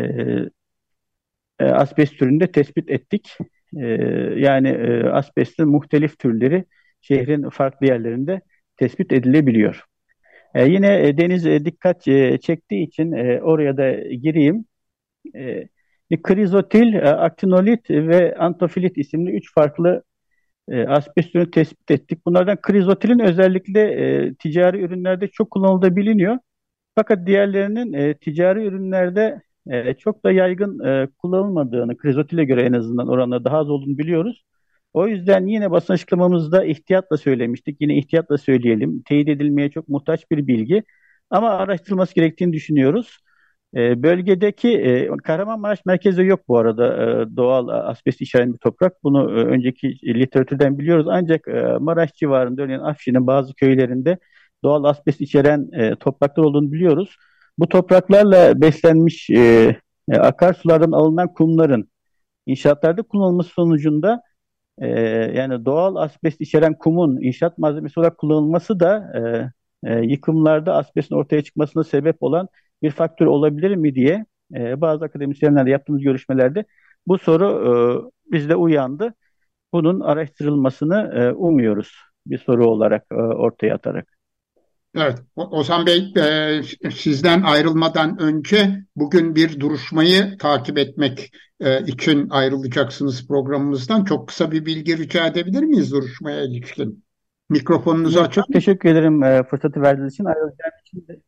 e, asbest türünde tespit ettik. E, yani e, asbestin muhtelif türleri şehrin farklı yerlerinde tespit edilebiliyor. E, yine e, Deniz e, dikkat e, çektiği için e, oraya da gireyim. E, Krizotil, e, aktinolit ve antofilit isimli üç farklı e, asbest türünü tespit ettik. Bunlardan krizotilin özellikle e, ticari ürünlerde çok kullanıldığı biliniyor. Fakat diğerlerinin e, ticari ürünlerde e, çok da yaygın e, kullanılmadığını, krizotile göre en azından oranla daha az olduğunu biliyoruz. O yüzden yine basın açıklamamızda ihtiyatla söylemiştik. Yine ihtiyatla söyleyelim. Teyit edilmeye çok muhtaç bir bilgi. Ama araştırılması gerektiğini düşünüyoruz. E, bölgedeki e, Kahramanmaraş merkezde yok bu arada e, doğal asbest içeren bir toprak. Bunu e, önceki literatürden biliyoruz. Ancak e, Maraş civarında örneğin Afşin'in bazı köylerinde doğal asbest içeren e, topraklar olduğunu biliyoruz. Bu topraklarla beslenmiş e, e, akarsulardan alınan kumların inşaatlarda kullanılması sonucunda e, yani doğal asbest içeren kumun inşaat malzemesi olarak kullanılması da e, e, yıkımlarda asbestin ortaya çıkmasına sebep olan bir faktör olabilir mi diye e, bazı akademisyenlerle yaptığımız görüşmelerde bu soru e, bizde uyandı. Bunun araştırılmasını e, umuyoruz bir soru olarak e, ortaya atarak. Evet, O- Ozan Bey, e, sizden ayrılmadan önce bugün bir duruşmayı takip etmek e, için ayrılacaksınız programımızdan. Çok kısa bir bilgi rica edebilir miyiz duruşmaya ilişkin? Mikrofonunuzu Evet, açar çok mısınız? teşekkür ederim e, fırsatı verdiğiniz için. Ayrılacağım için de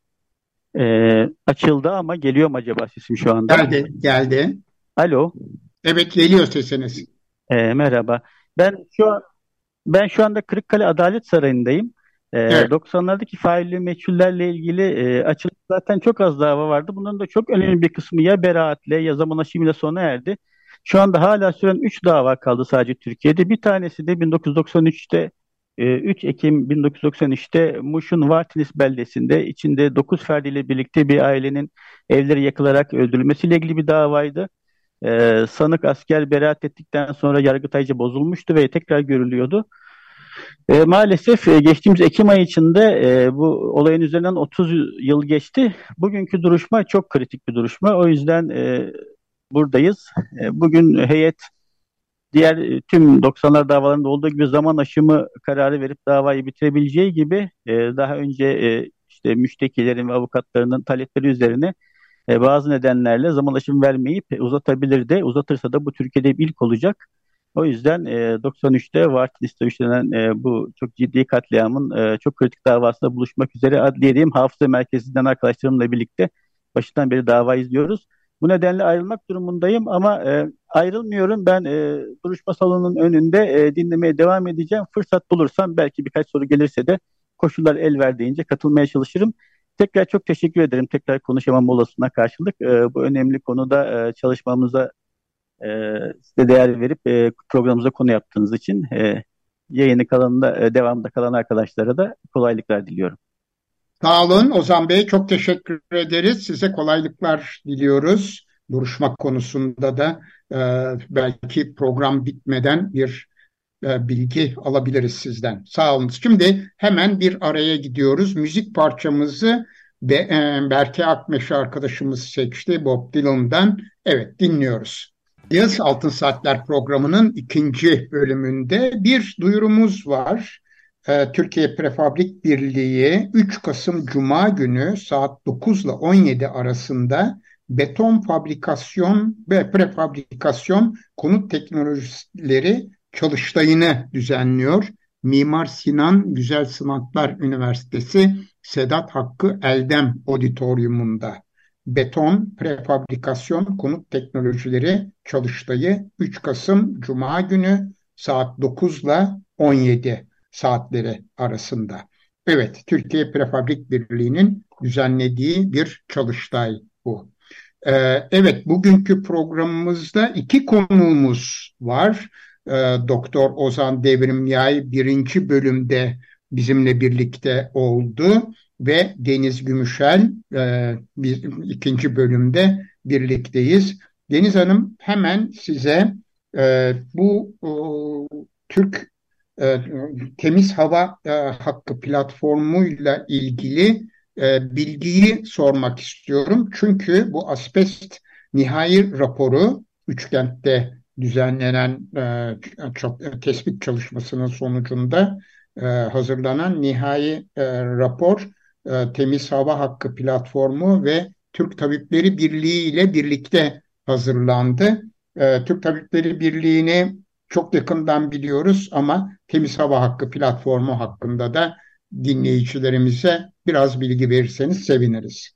e, açıldı ama geliyor mu acaba sesim şu anda? Geldi, geldi. Alo, Evet, geliyor sesiniz. e, merhaba. Ben şu an Ben şu anda Kırıkkale Adalet Sarayı'ndayım. Ee, Evet, doksanlardaki failli meçhullerle ilgili e, açılan zaten çok az dava vardı. Bunların da çok önemli bir kısmı ya beraatle ya zaman aşımıyla sona erdi. Şu anda hala süren üç dava kaldı sadece Türkiye'de. Bir tanesi de bin dokuz yüz doksan üçte e, üç Ekim bin dokuz yüz doksan üçte Muş'un Vartinis beldesinde içinde dokuz ferdiyle birlikte bir ailenin evleri yakılarak öldürülmesiyle ilgili bir davaydı. Ee, sanık asker beraat ettikten sonra yargıtayca bozulmuştu ve tekrar görülüyordu. E, maalesef e, geçtiğimiz Ekim ayı içinde e, bu olayın üzerinden otuz yıl geçti. Bugünkü duruşma çok kritik bir duruşma. O yüzden e, buradayız. E, bugün heyet diğer e, tüm doksanlar davalarında olduğu gibi zaman aşımı kararı verip davayı bitirebileceği gibi e, daha önce e, işte müştekilerin ve avukatlarının talepleri üzerine e, bazı nedenlerle zaman aşımı vermeyip e, uzatabilir de uzatırsa da bu Türkiye'de bir ilk olacak. O yüzden e, doksan üçte Vartilis'te işlenen e, bu çok ciddi katliamın e, çok kritik davasında buluşmak üzere adliyedeyim. Hafıza Merkezi'nden arkadaşlarımla birlikte başından beri dava izliyoruz. Bu nedenle ayrılmak durumundayım ama e, ayrılmıyorum. Ben e, duruşma salonunun önünde e, dinlemeye devam edeceğim. Fırsat bulursam belki birkaç soru gelirse de koşullar el verdiğince katılmaya çalışırım. Tekrar çok teşekkür ederim. Tekrar konuşamam olasılığına karşılık. E, bu önemli konuda e, çalışmamıza e, size değer verip e, programımıza konu yaptığınız için e, yayını kalanında, e, devamında kalan arkadaşlara da kolaylıklar diliyorum. Sağ olun Ozan Bey, çok teşekkür ederiz. Size kolaylıklar diliyoruz. Duruşma konusunda da e, belki program bitmeden bir e, bilgi alabiliriz sizden. Sağ olun. Şimdi hemen bir araya gidiyoruz. Müzik parçamızı Be e, Berke Akmeşe arkadaşımız seçti Bob Dylan'dan. Evet, dinliyoruz. Yaz Altın Saatler programının ikinci bölümünde bir duyurumuz var. Ee, Türkiye Prefabrik Birliği üç Kasım Cuma günü saat dokuz ile on yedi arasında beton fabrikasyon ve prefabrikasyon konut teknolojileri çalıştayını düzenliyor. Mimar Sinan Güzel Sanatlar Üniversitesi Sedat Hakkı Eldem Auditorium'unda beton, prefabrikasyon, konut teknolojileri çalıştayı üç Kasım Cuma günü saat dokuz ile on yedi saatleri arasında. Evet, Türkiye Prefabrik Birliği'nin düzenlediği bir çalıştay bu. Ee, evet, bugünkü programımızda iki konuğumuz var. Ee, Doktor Ozan Devrimyay birinci bölümde bizimle birlikte oldu ve Deniz Gümüşel e, bir, ikinci bölümde birlikteyiz. Deniz Hanım, hemen size e, bu o, Türk e, Temiz Hava e, Hakkı platformuyla ilgili e, bilgiyi sormak istiyorum. Çünkü bu asbest nihai raporu Üçkent'te düzenlenen e, çok, tespit çalışmasının sonucunda e, hazırlanan nihai e, rapor e, Temiz Hava Hakkı platformu ve Türk Tabipleri Birliği ile birlikte hazırlandı. E, Türk Tabipleri Birliği'ni çok yakından biliyoruz ama Temiz Hava Hakkı platformu hakkında da dinleyicilerimize biraz bilgi verirseniz seviniriz.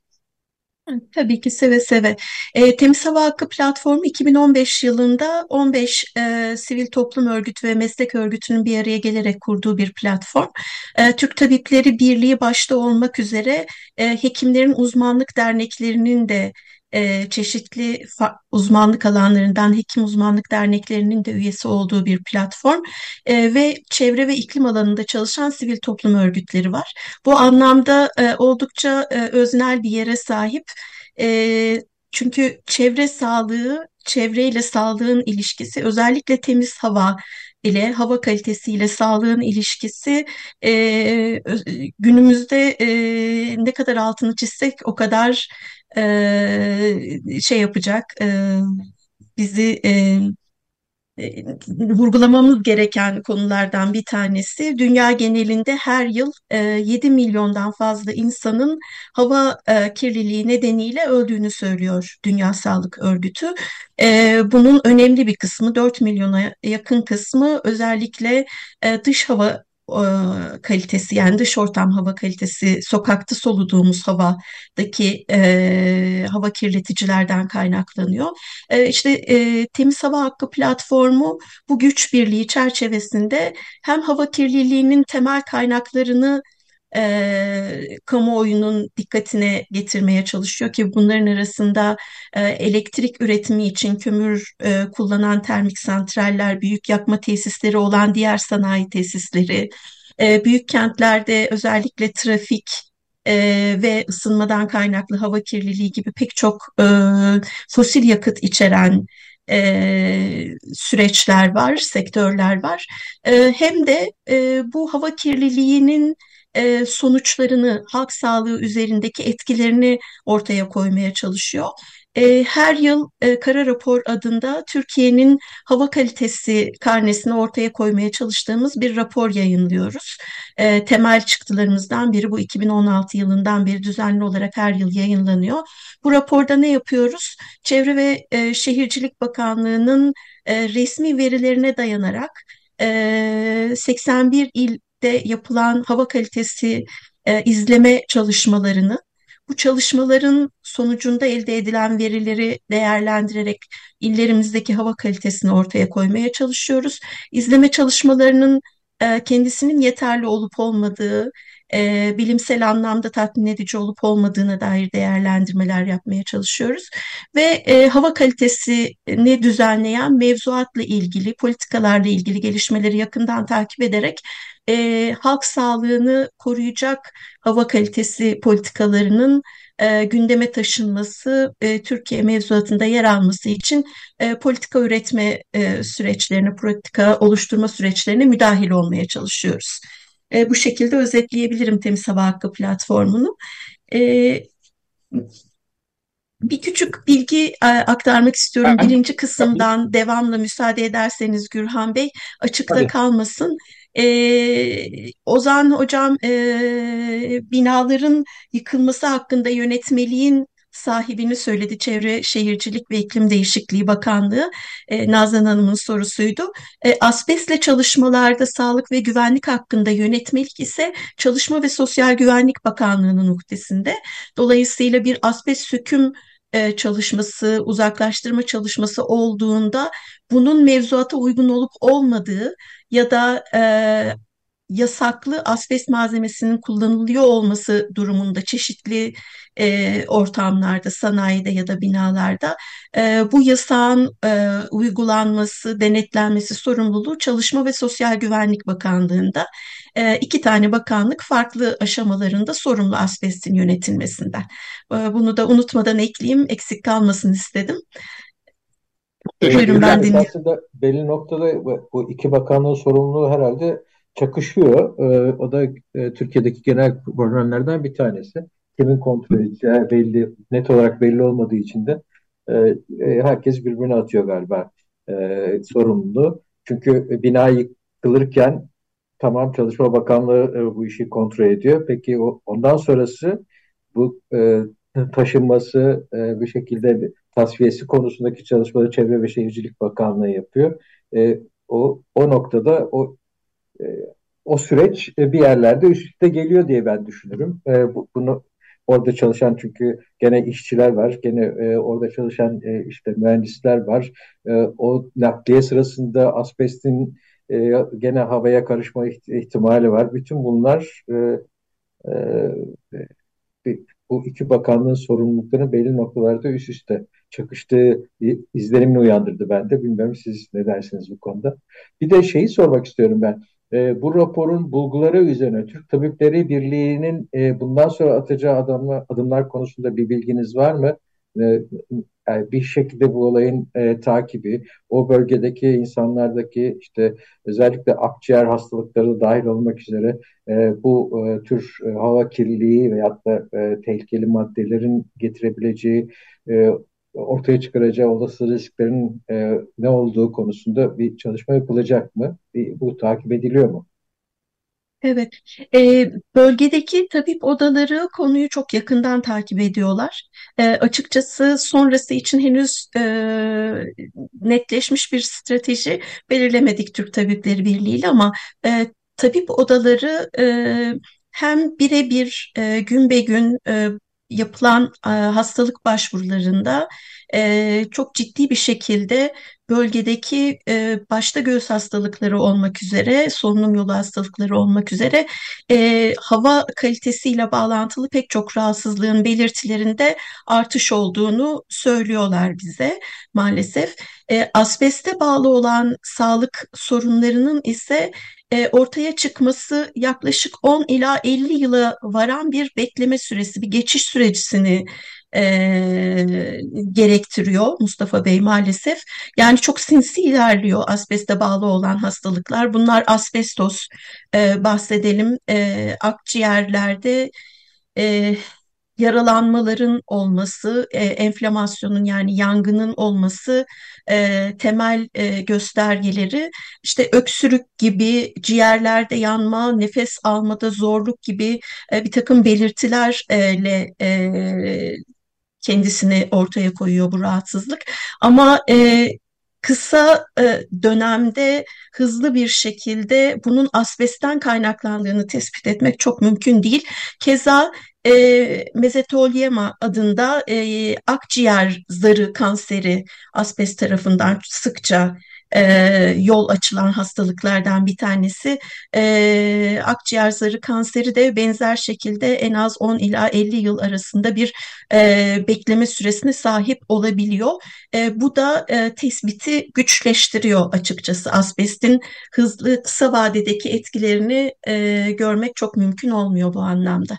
Tabii ki seve seve. E, Temiz Hava Hakkı Platformu iki bin on beş yılında on beş e, sivil toplum örgütü ve meslek örgütünün bir araya gelerek kurduğu bir platform. E, Türk Tabipleri Birliği başta olmak üzere e, hekimlerin uzmanlık derneklerinin de e, çeşitli fa- uzmanlık alanlarından hekim uzmanlık derneklerinin de üyesi olduğu bir platform e, ve çevre ve iklim alanında çalışan sivil toplum örgütleri var. Bu anlamda e, oldukça e, öznel bir yere sahip. E, Çünkü çevre sağlığı, çevreyle sağlığın ilişkisi, özellikle temiz hava ile hava kalitesiyle sağlığın ilişkisi e, ö- günümüzde e, ne kadar altını çizsek o kadar e, şey yapacak, e, bizi e, e, vurgulamamız gereken konulardan bir tanesi. Dünya genelinde her yıl e, yedi milyondan fazla insanın hava e, kirliliği nedeniyle öldüğünü söylüyor Dünya Sağlık Örgütü. E, bunun önemli bir kısmı, dört milyona yakın kısmı özellikle e, dış hava e, kalitesi, yani dış ortam hava kalitesi, sokakta soluduğumuz havadaki e, hava kirleticilerden kaynaklanıyor. E, işte e, Temiz Hava Hakkı platformu bu güç birliği çerçevesinde hem hava kirliliğinin temel kaynaklarını e, kamuoyunun dikkatine getirmeye çalışıyor ki bunların arasında e, elektrik üretimi için kömür e, kullanan termik santraller, büyük yakma tesisleri olan diğer sanayi tesisleri, e, büyük kentlerde özellikle trafik e, ve ısınmadan kaynaklı hava kirliliği gibi pek çok e, fosil yakıt içeren e, süreçler var, sektörler var. E, hem de e, bu hava kirliliğinin e, sonuçlarını, halk sağlığı üzerindeki etkilerini ortaya koymaya çalışıyor. E, her yıl e, Kara Rapor adında Türkiye'nin hava kalitesi karnesini ortaya koymaya çalıştığımız bir rapor yayınlıyoruz. E, temel çıktılarımızdan biri bu, iki bin on altı yılından beri düzenli olarak her yıl yayınlanıyor. Bu raporda ne yapıyoruz? Çevre ve e, Şehircilik Bakanlığı'nın e, resmi verilerine dayanarak e, seksen bir ilde yapılan hava kalitesi e, izleme çalışmalarını, bu çalışmaların sonucunda elde edilen verileri değerlendirerek illerimizdeki hava kalitesini ortaya koymaya çalışıyoruz. İzleme çalışmalarının e, kendisinin yeterli olup olmadığı, e, bilimsel anlamda tatmin edici olup olmadığına dair değerlendirmeler yapmaya çalışıyoruz. Ve e, hava kalitesini düzenleyen mevzuatla ilgili, politikalarla ilgili gelişmeleri yakından takip ederek e, halk sağlığını koruyacak hava kalitesi politikalarının e, gündeme taşınması, e, Türkiye mevzuatında yer alması için e, politika üretme e, süreçlerine, politika oluşturma süreçlerine müdahil olmaya çalışıyoruz. E, bu şekilde özetleyebilirim Temiz Hava Hakkı platformunu. E, Bir küçük bilgi e, aktarmak istiyorum. Ben, Birinci tabii, kısımdan devamlı müsaade ederseniz Gürhan Bey, açıkta tabii. kalmasın. E, Ozan Hocam e, binaların yıkılması hakkında yönetmeliğin sahibini söyledi. Çevre Şehircilik ve İklim Değişikliği Bakanlığı, e, Nazan Hanım'ın sorusuydu. E, asbestle çalışmalarda sağlık ve güvenlik hakkında yönetmelik ise Çalışma ve Sosyal Güvenlik Bakanlığı'nın uhdesinde. Dolayısıyla bir asbest söküm e, çalışması, uzaklaştırma çalışması olduğunda bunun mevzuata uygun olup olmadığı ya da e, yasaklı asbest malzemesinin kullanılıyor olması durumunda çeşitli e, ortamlarda, sanayide ya da binalarda e, bu yasağın e, uygulanması, denetlenmesi sorumluluğu Çalışma ve Sosyal Güvenlik Bakanlığı'nda. E, iki tane bakanlık farklı aşamalarında sorumlu asbestin yönetilmesinden. E, bunu da unutmadan ekleyeyim, eksik kalmasın istedim. Buyurun, Teşekkürler. ben Evet, dinliyorum. aslında belli noktada bu bu iki bakanlığın sorumluluğu herhalde çakışıyor. Ee, o da e, Türkiye'deki genel problemlerden bir tanesi. Kimin kontrol edeceği belli, net olarak belli olmadığı için de e, e, herkes birbirine atıyor galiba e, sorumluluğu. Çünkü bina yıkılırken tamam, Çalışma Bakanlığı e, bu işi kontrol ediyor. Peki o, ondan sonrası bu e, taşınması, e, bir şekilde tasfiyesi konusundaki çalışmaları Çevre ve Şehircilik Bakanlığı yapıyor. E, o o noktada o e, o süreç e, bir yerlerde üst üste geliyor diye ben düşünürüm. E, bu, bunu orada çalışan, çünkü gene işçiler var, gene e, orada çalışan e, işte mühendisler var. E, o nakliye sırasında asbestin e, gene havaya karışma ihtimali var. Bütün bunlar e, e, bu iki bakanlığın sorumluluklarının belli noktalarda üst üste çakıştığı izlenimini uyandırdı bende. Bilmiyorum siz ne dersiniz bu konuda. Bir de şeyi sormak istiyorum ben. E, bu raporun bulguları üzerine Türk Tabipleri Birliği'nin e, bundan sonra atacağı adımlar, adımlar konusunda bir bilginiz var mı? E, yani bir şekilde bu olayın e, takibi, o bölgedeki insanlardaki işte özellikle akciğer hastalıkları da dahil olmak üzere e, bu e, tür e, hava kirliliği veyahut da e, tehlikeli maddelerin getirebileceği, e, ortaya çıkaracağı olası risklerin e, ne olduğu konusunda bir çalışma yapılacak mı? Bir, bu takip ediliyor mu? Evet, e, bölgedeki tabip odaları konuyu çok yakından takip ediyorlar. E, açıkçası sonrası için henüz e, netleşmiş bir strateji belirlemedik Türk Tabipleri Birliği ile ama e, tabip odaları e, hem birebir e, gün be gün e, yapılan e, hastalık başvurularında e, çok ciddi bir şekilde bölgedeki e, başta göğüs hastalıkları olmak üzere, solunum yolu hastalıkları olmak üzere e, hava kalitesiyle bağlantılı pek çok rahatsızlığın belirtilerinde artış olduğunu söylüyorlar bize maalesef. E, asbeste bağlı olan sağlık sorunlarının ise e, ortaya çıkması yaklaşık on ila elli yıla varan bir bekleme süresi, bir geçiş sürecini e, gerektiriyor Mustafa Bey maalesef. Yani çok sinsi ilerliyor asbeste bağlı olan hastalıklar. Bunlar asbestos e, bahsedelim. E, akciğerlerde e, yaralanmaların olması, e, enflamasyonun yani yangının olması e, temel e, göstergeleri. İşte öksürük gibi, ciğerlerde yanma, nefes almada zorluk gibi e, bir takım belirtilerle e, kendisini ortaya koyuyor bu rahatsızlık. Ama e, kısa e, dönemde hızlı bir şekilde bunun asbestten kaynaklandığını tespit etmek çok mümkün değil. Keza e, mezotelioma adında e, akciğer zarı kanseri asbest tarafından sıkça e, yol açılan hastalıklardan bir tanesi. E, akciğer zarı kanseri de benzer şekilde en az on ila elli yıl arasında bir e, bekleme süresine sahip olabiliyor. E, bu da e, tespiti güçleştiriyor açıkçası. Asbestin hızlı kısa vadedeki etkilerini e, görmek çok mümkün olmuyor bu anlamda.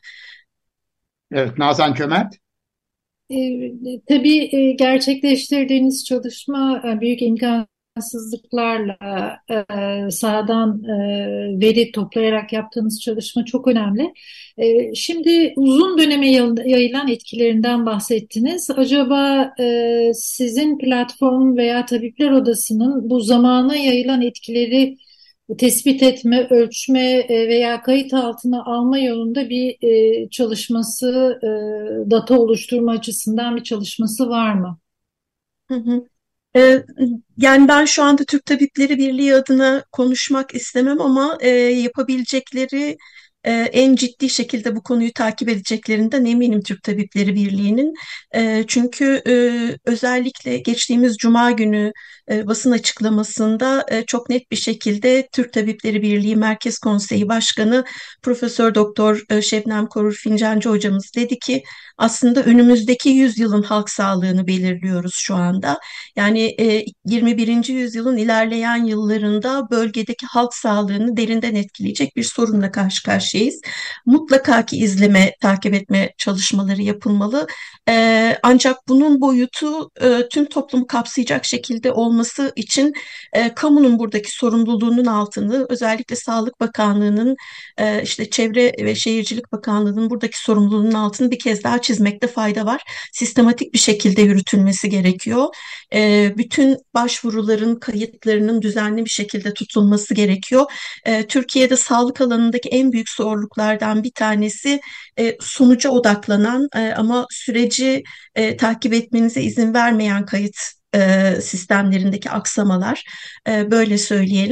Evet, Nazan Cömert. E, tabii e, gerçekleştirdiğiniz çalışma e, büyük imkansızlıklarla e, sahadan e, veri toplayarak yaptığınız çalışma çok önemli. E, şimdi uzun döneme yayılan etkilerinden bahsettiniz. Acaba e, sizin platform veya Tabipler Odası'nın bu zamana yayılan etkileri tespit etme, ölçme e, veya kayıt altına alma yolunda bir e, çalışması, e, data oluşturma açısından bir çalışması var mı? Hı hı. Ee, Yani ben şu anda Türk Tabipleri Birliği adına konuşmak istemem ama e, yapabilecekleri e, en ciddi şekilde bu konuyu takip edeceklerinden eminim Türk Tabipleri Birliği'nin. E, çünkü e, özellikle geçtiğimiz Cuma günü e, basın açıklamasında e, çok net bir şekilde Türk Tabipleri Birliği Merkez Konseyi Başkanı Profesör Doktor e, Şebnem Korur Fincancı hocamız dedi ki aslında önümüzdeki yüzyılın halk sağlığını belirliyoruz şu anda. Yani e, yirmi birinci yüzyılın ilerleyen yıllarında bölgedeki halk sağlığını derinden etkileyecek bir sorunla karşı karşıyayız. Mutlaka ki izleme, takip etme çalışmaları yapılmalı. E, ancak bunun boyutu e, tüm toplumu kapsayacak şekilde olması için e, kamunun buradaki sorumluluğunun altını, özellikle Sağlık Bakanlığı'nın, e, işte Çevre ve Şehircilik Bakanlığı'nın buradaki sorumluluğunun altını bir kez daha çizmekte fayda var. Sistematik bir şekilde yürütülmesi gerekiyor. E, bütün başvuruların kayıtlarının düzenli bir şekilde tutulması gerekiyor. E, Türkiye'de sağlık alanındaki en büyük zorluklardan bir tanesi e, sonuca odaklanan e, ama süreci e, takip etmenize izin vermeyen kayıt e, sistemlerindeki aksamalar, e, böyle söyleyelim.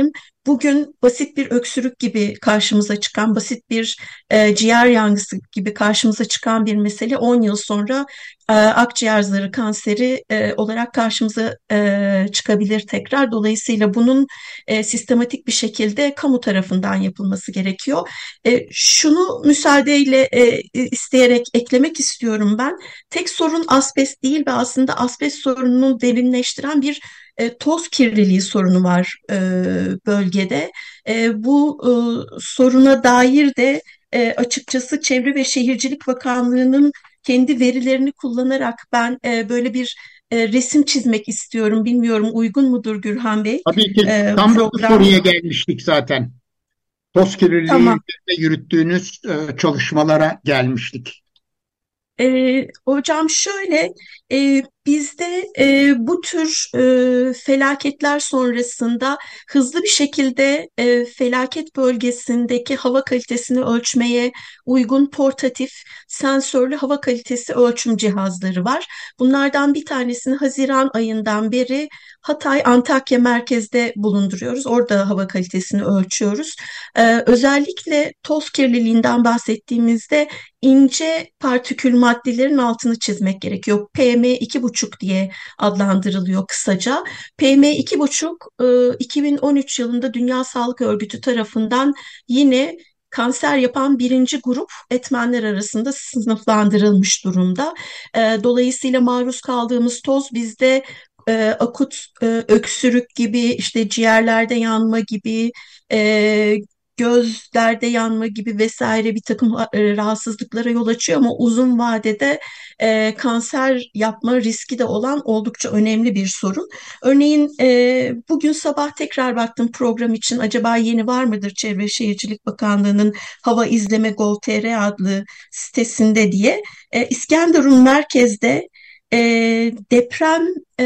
bugün basit bir öksürük gibi karşımıza çıkan, basit bir e, ciğer yangısı gibi karşımıza çıkan bir mesele on yıl sonra e, akciğer zarı kanseri e, olarak karşımıza e, çıkabilir tekrar. Dolayısıyla bunun e, sistematik bir şekilde kamu tarafından yapılması gerekiyor. E, şunu müsaadeyle e, isteyerek eklemek istiyorum ben. Tek sorun asbest değil ve aslında asbest sorununu derinleştiren bir e, toz kirliliği sorunu var e, bölgede. E, bu e, soruna dair de e, açıkçası Çevre ve Şehircilik Bakanlığı'nın kendi verilerini kullanarak ben e, böyle bir e, resim çizmek istiyorum. Bilmiyorum uygun mudur Gürhan Bey? Tabii ki E, tam da bu program soruya gelmiştik zaten. Toz kirliliği tamam. üzerinde yürüttüğünüz e, çalışmalara gelmiştik. E, hocam şöyle, e, bizde e, bu tür e, felaketler sonrasında hızlı bir şekilde e, felaket bölgesindeki hava kalitesini ölçmeye uygun portatif sensörlü hava kalitesi ölçüm cihazları var. Bunlardan bir tanesini Haziran ayından beri Hatay Antakya merkezde bulunduruyoruz. Orada hava kalitesini ölçüyoruz. E, özellikle toz kirliliğinden bahsettiğimizde ince partikül maddelerin altını çizmek gerekiyor. P M iki buçuk diye adlandırılıyor kısaca. P M iki buçuk e, iki bin on üç yılında Dünya Sağlık Örgütü tarafından yine kanser yapan birinci grup etmenler arasında sınıflandırılmış durumda. E, Dolayısıyla maruz kaldığımız toz bizde e, akut e, öksürük gibi, işte ciğerlerde yanma gibi, e, gözlerde yanma gibi vesaire bir takım e, rahatsızlıklara yol açıyor ama uzun vadede e, kanser yapma riski de olan oldukça önemli bir sorun. Örneğin e, bugün sabah tekrar baktım program için, acaba yeni var mıdır Çevre Şehircilik Bakanlığı'nın Hava İzleme nokta gov nokta tr adlı sitesinde diye e, İskenderun merkezde e, deprem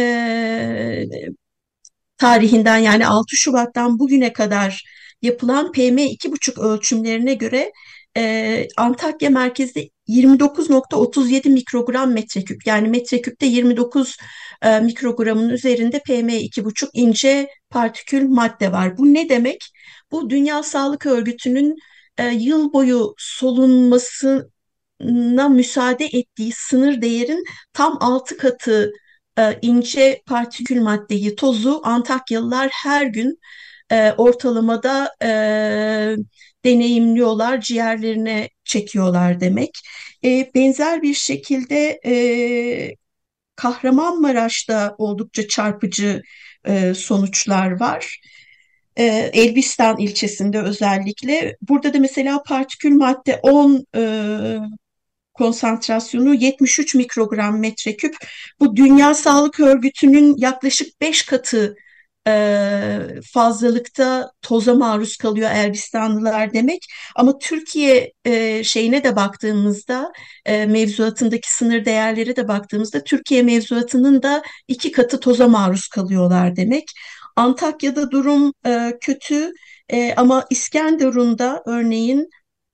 e, tarihinden, yani altı Şubat'tan bugüne kadar yapılan P M iki buçuk ölçümlerine göre e, Antakya merkezde yirmi dokuz nokta otuz yedi mikrogram metreküp, yani metreküpte yirmi dokuz e, mikrogramın üzerinde P M iki buçuk ince partikül madde var. Bu ne demek? Bu Dünya Sağlık Örgütü'nün e, yıl boyu solunması na müsaade ettiği sınır değerin tam altı katı e, ince partikül maddeyi, tozu Antakyalılar her gün e, ortalamada e, deneyimliyorlar, ciğerlerine çekiyorlar demek. E, benzer bir şekilde e, Kahramanmaraş'ta oldukça çarpıcı e, sonuçlar var. E, Elbistan ilçesinde özellikle. Burada da mesela partikül madde on e, konsantrasyonu yetmiş üç mikrogram metreküp. Bu Dünya Sağlık Örgütü'nün yaklaşık beş katı e, fazlalıkta toza maruz kalıyor Elbistanlılar demek. Ama Türkiye e, şeyine de baktığımızda, e, mevzuatındaki sınır değerlere de baktığımızda Türkiye mevzuatının da iki katı toza maruz kalıyorlar demek. Antakya'da durum e, kötü, e, ama İskenderun'da örneğin,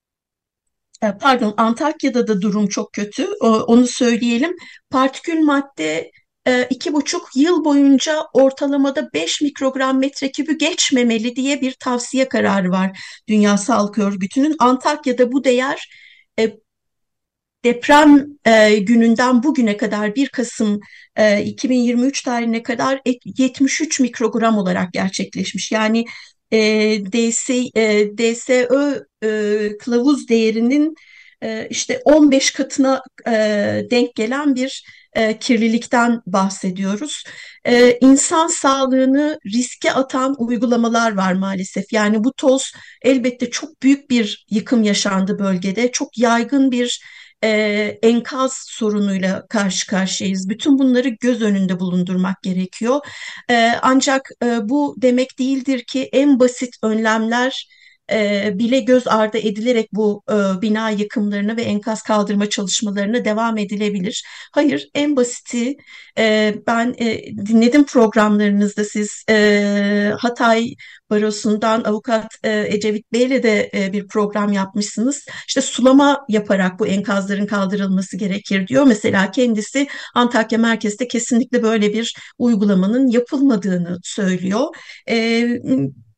e, pardon, Antakya'da da durum çok kötü. O- Onu söyleyelim. Partikül madde e, iki buçuk yıl boyunca ortalamada beş mikrogram metrekübü geçmemeli diye bir tavsiye kararı var Dünya Sağlık Örgütü'nün. Antakya'da bu değer e, deprem e, gününden bugüne kadar, bir Kasım e, iki bin yirmi üç tarihine kadar et- yetmiş üç mikrogram olarak gerçekleşmiş. Yani e, D S, e, D S Ö e, kılavuz değerinin e, işte on beş katına e, denk gelen bir e, kirlilikten bahsediyoruz. E, insan sağlığını riske atan uygulamalar var maalesef. Yani bu toz, elbette çok büyük bir yıkım yaşandı bölgede. Çok yaygın bir e, enkaz sorunuyla karşı karşıyayız. Bütün bunları göz önünde bulundurmak gerekiyor. E, ancak e, bu demek değildir ki en basit önlemler e, bile göz ardı edilerek bu e, bina yıkımlarına ve enkaz kaldırma çalışmalarına devam edilebilir. Hayır, en basiti, e, ben e, dinledim programlarınızda, siz e, Hatay Barosu'ndan avukat e, Ecevit Bey'le de e, bir program yapmışsınız. İşte sulama yaparak bu enkazların kaldırılması gerekir diyor. Mesela kendisi Antakya merkezde kesinlikle böyle bir uygulamanın yapılmadığını söylüyor. E,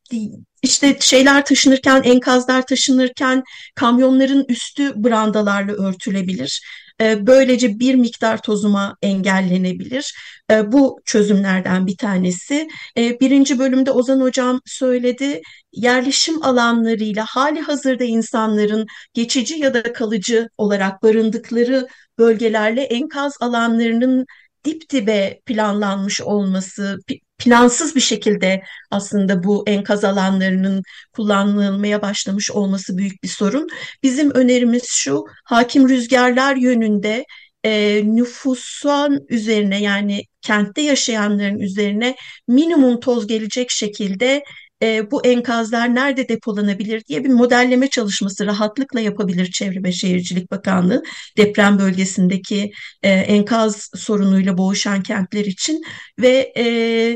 işte şeyler taşınırken, enkazlar taşınırken kamyonların üstü brandalarla örtülebilir. E, Böylece bir miktar tozuma engellenebilir. E, Bu çözümlerden bir tanesi. E, Birinci bölümde Ozan Hocam söyledi. Yerleşim alanlarıyla hali hazırda insanların geçici ya da kalıcı olarak barındıkları bölgelerle enkaz alanlarının dip dibe planlanmış olması, pi- plansız bir şekilde aslında bu enkaz alanlarının kullanılmaya başlamış olması büyük bir sorun. Bizim önerimiz şu: hakim rüzgarlar yönünde e, nüfusun üzerine, yani kentte yaşayanların üzerine minimum toz gelecek şekilde e, bu enkazlar nerede depolanabilir diye bir modelleme çalışması rahatlıkla yapabilir Çevre ve Şehircilik Bakanlığı, deprem bölgesindeki e, enkaz sorunuyla boğuşan kentler için. Ve e,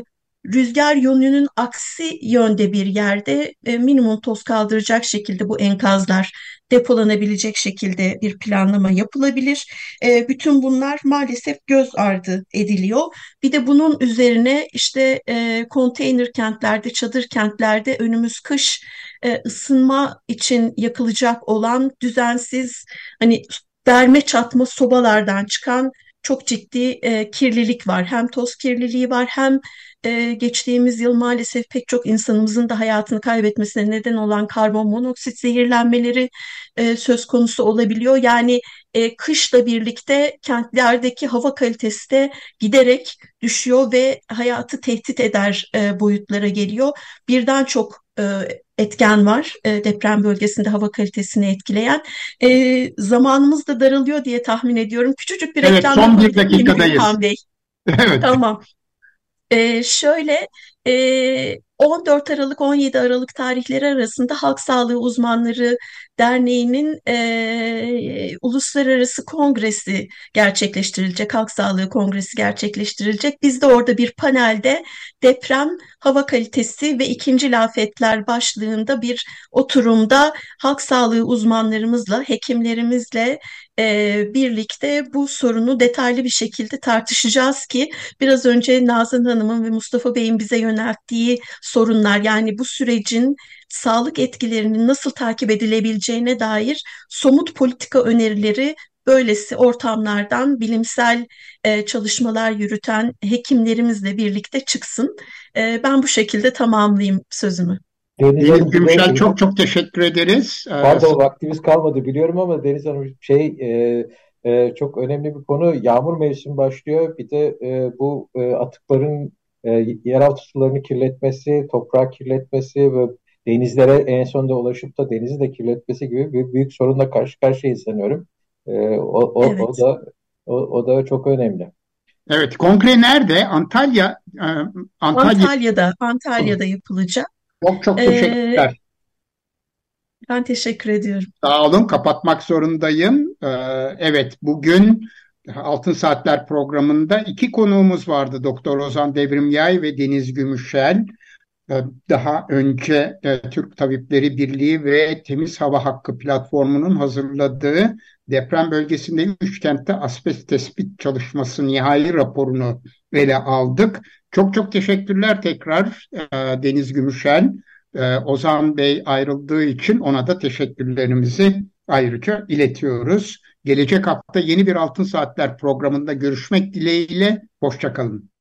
rüzgar yönünün aksi yönde bir yerde e, minimum toz kaldıracak şekilde bu enkazlar depolanabilecek şekilde bir planlama yapılabilir. E, bütün bunlar maalesef göz ardı ediliyor. Bir de bunun üzerine işte e, konteyner kentlerde, çadır kentlerde önümüz kış e, ısınma için yakılacak olan düzensiz, hani derme çatma sobalardan çıkan çok ciddi e, kirlilik var. Hem toz kirliliği var, hem e, geçtiğimiz yıl maalesef pek çok insanımızın da hayatını kaybetmesine neden olan karbon monoksit zehirlenmeleri e, söz konusu olabiliyor. Yani e, kışla birlikte kentlerdeki hava kalitesi de giderek düşüyor ve hayatı tehdit eder e, boyutlara geliyor. Birden çok e, etken var e, deprem bölgesinde hava kalitesini etkileyen. E, zamanımız da daralıyor diye tahmin ediyorum. Küçücük bir Evet, reklam son bir yapabilir miyim dakikadayız. Gülhan Bey? Evet. Tamam. Ee, şöyle e, on dört Aralık on yedi Aralık tarihleri arasında Halk Sağlığı Uzmanları Derneği'nin e, uluslararası kongresi gerçekleştirilecek. Halk Sağlığı Kongresi gerçekleştirilecek. Biz de orada bir panelde deprem, hava kalitesi ve ikincil afetler başlığında bir oturumda halk sağlığı uzmanlarımızla, hekimlerimizle e, birlikte bu sorunu detaylı bir şekilde tartışacağız ki biraz önce Nazan Hanım'ın ve Mustafa Bey'in bize yönelttiği sorunlar, yani bu sürecin sağlık etkilerinin nasıl takip edilebileceğine dair somut politika önerileri böylesi ortamlardan bilimsel e, çalışmalar yürüten hekimlerimizle birlikte çıksın. E, ben bu şekilde tamamlayayım sözümü. Deniz Deniz Hanım, Gümüşel, size- çok çok teşekkür ederiz. Ee, pardon, vaktimiz kalmadı biliyorum ama Deniz Hanım, şey e, e, çok önemli bir konu. Yağmur mevsimi başlıyor. Bir de e, bu e, atıkların e, yeraltı sularını kirletmesi, toprağı kirletmesi ve denizlere en sonunda ulaşıp da denizi de kirletmesi gibi bir büyük sorunla karşı karşıyayız sanıyorum. E, o, o, o Evet. da o, o da çok önemli. evet, kongre nerede? Antalya. e, Antalya. Antalya'da, Antalya'da yapılacak. Çok çok E, teşekkürler. Ben teşekkür ediyorum. Sağ olun, kapatmak zorundayım. Ee, evet, bugün Altın Saatler programında iki konuğumuz vardı. Doktor Ozan Devrimyay ve Deniz Gümüşel. Ee, Daha önce e, Türk Tabipleri Birliği ve Temiz Hava Hakkı platformunun hazırladığı deprem bölgesinde üç kentte asbest tespit çalışması nihai raporunu ele aldık. Çok çok teşekkürler tekrar e, Deniz Gümüşel. E, Ozan Bey ayrıldığı için ona da teşekkürlerimizi ayrıca iletiyoruz. Gelecek hafta yeni bir Altın Saatler programında görüşmek dileğiyle. Hoşça kalın.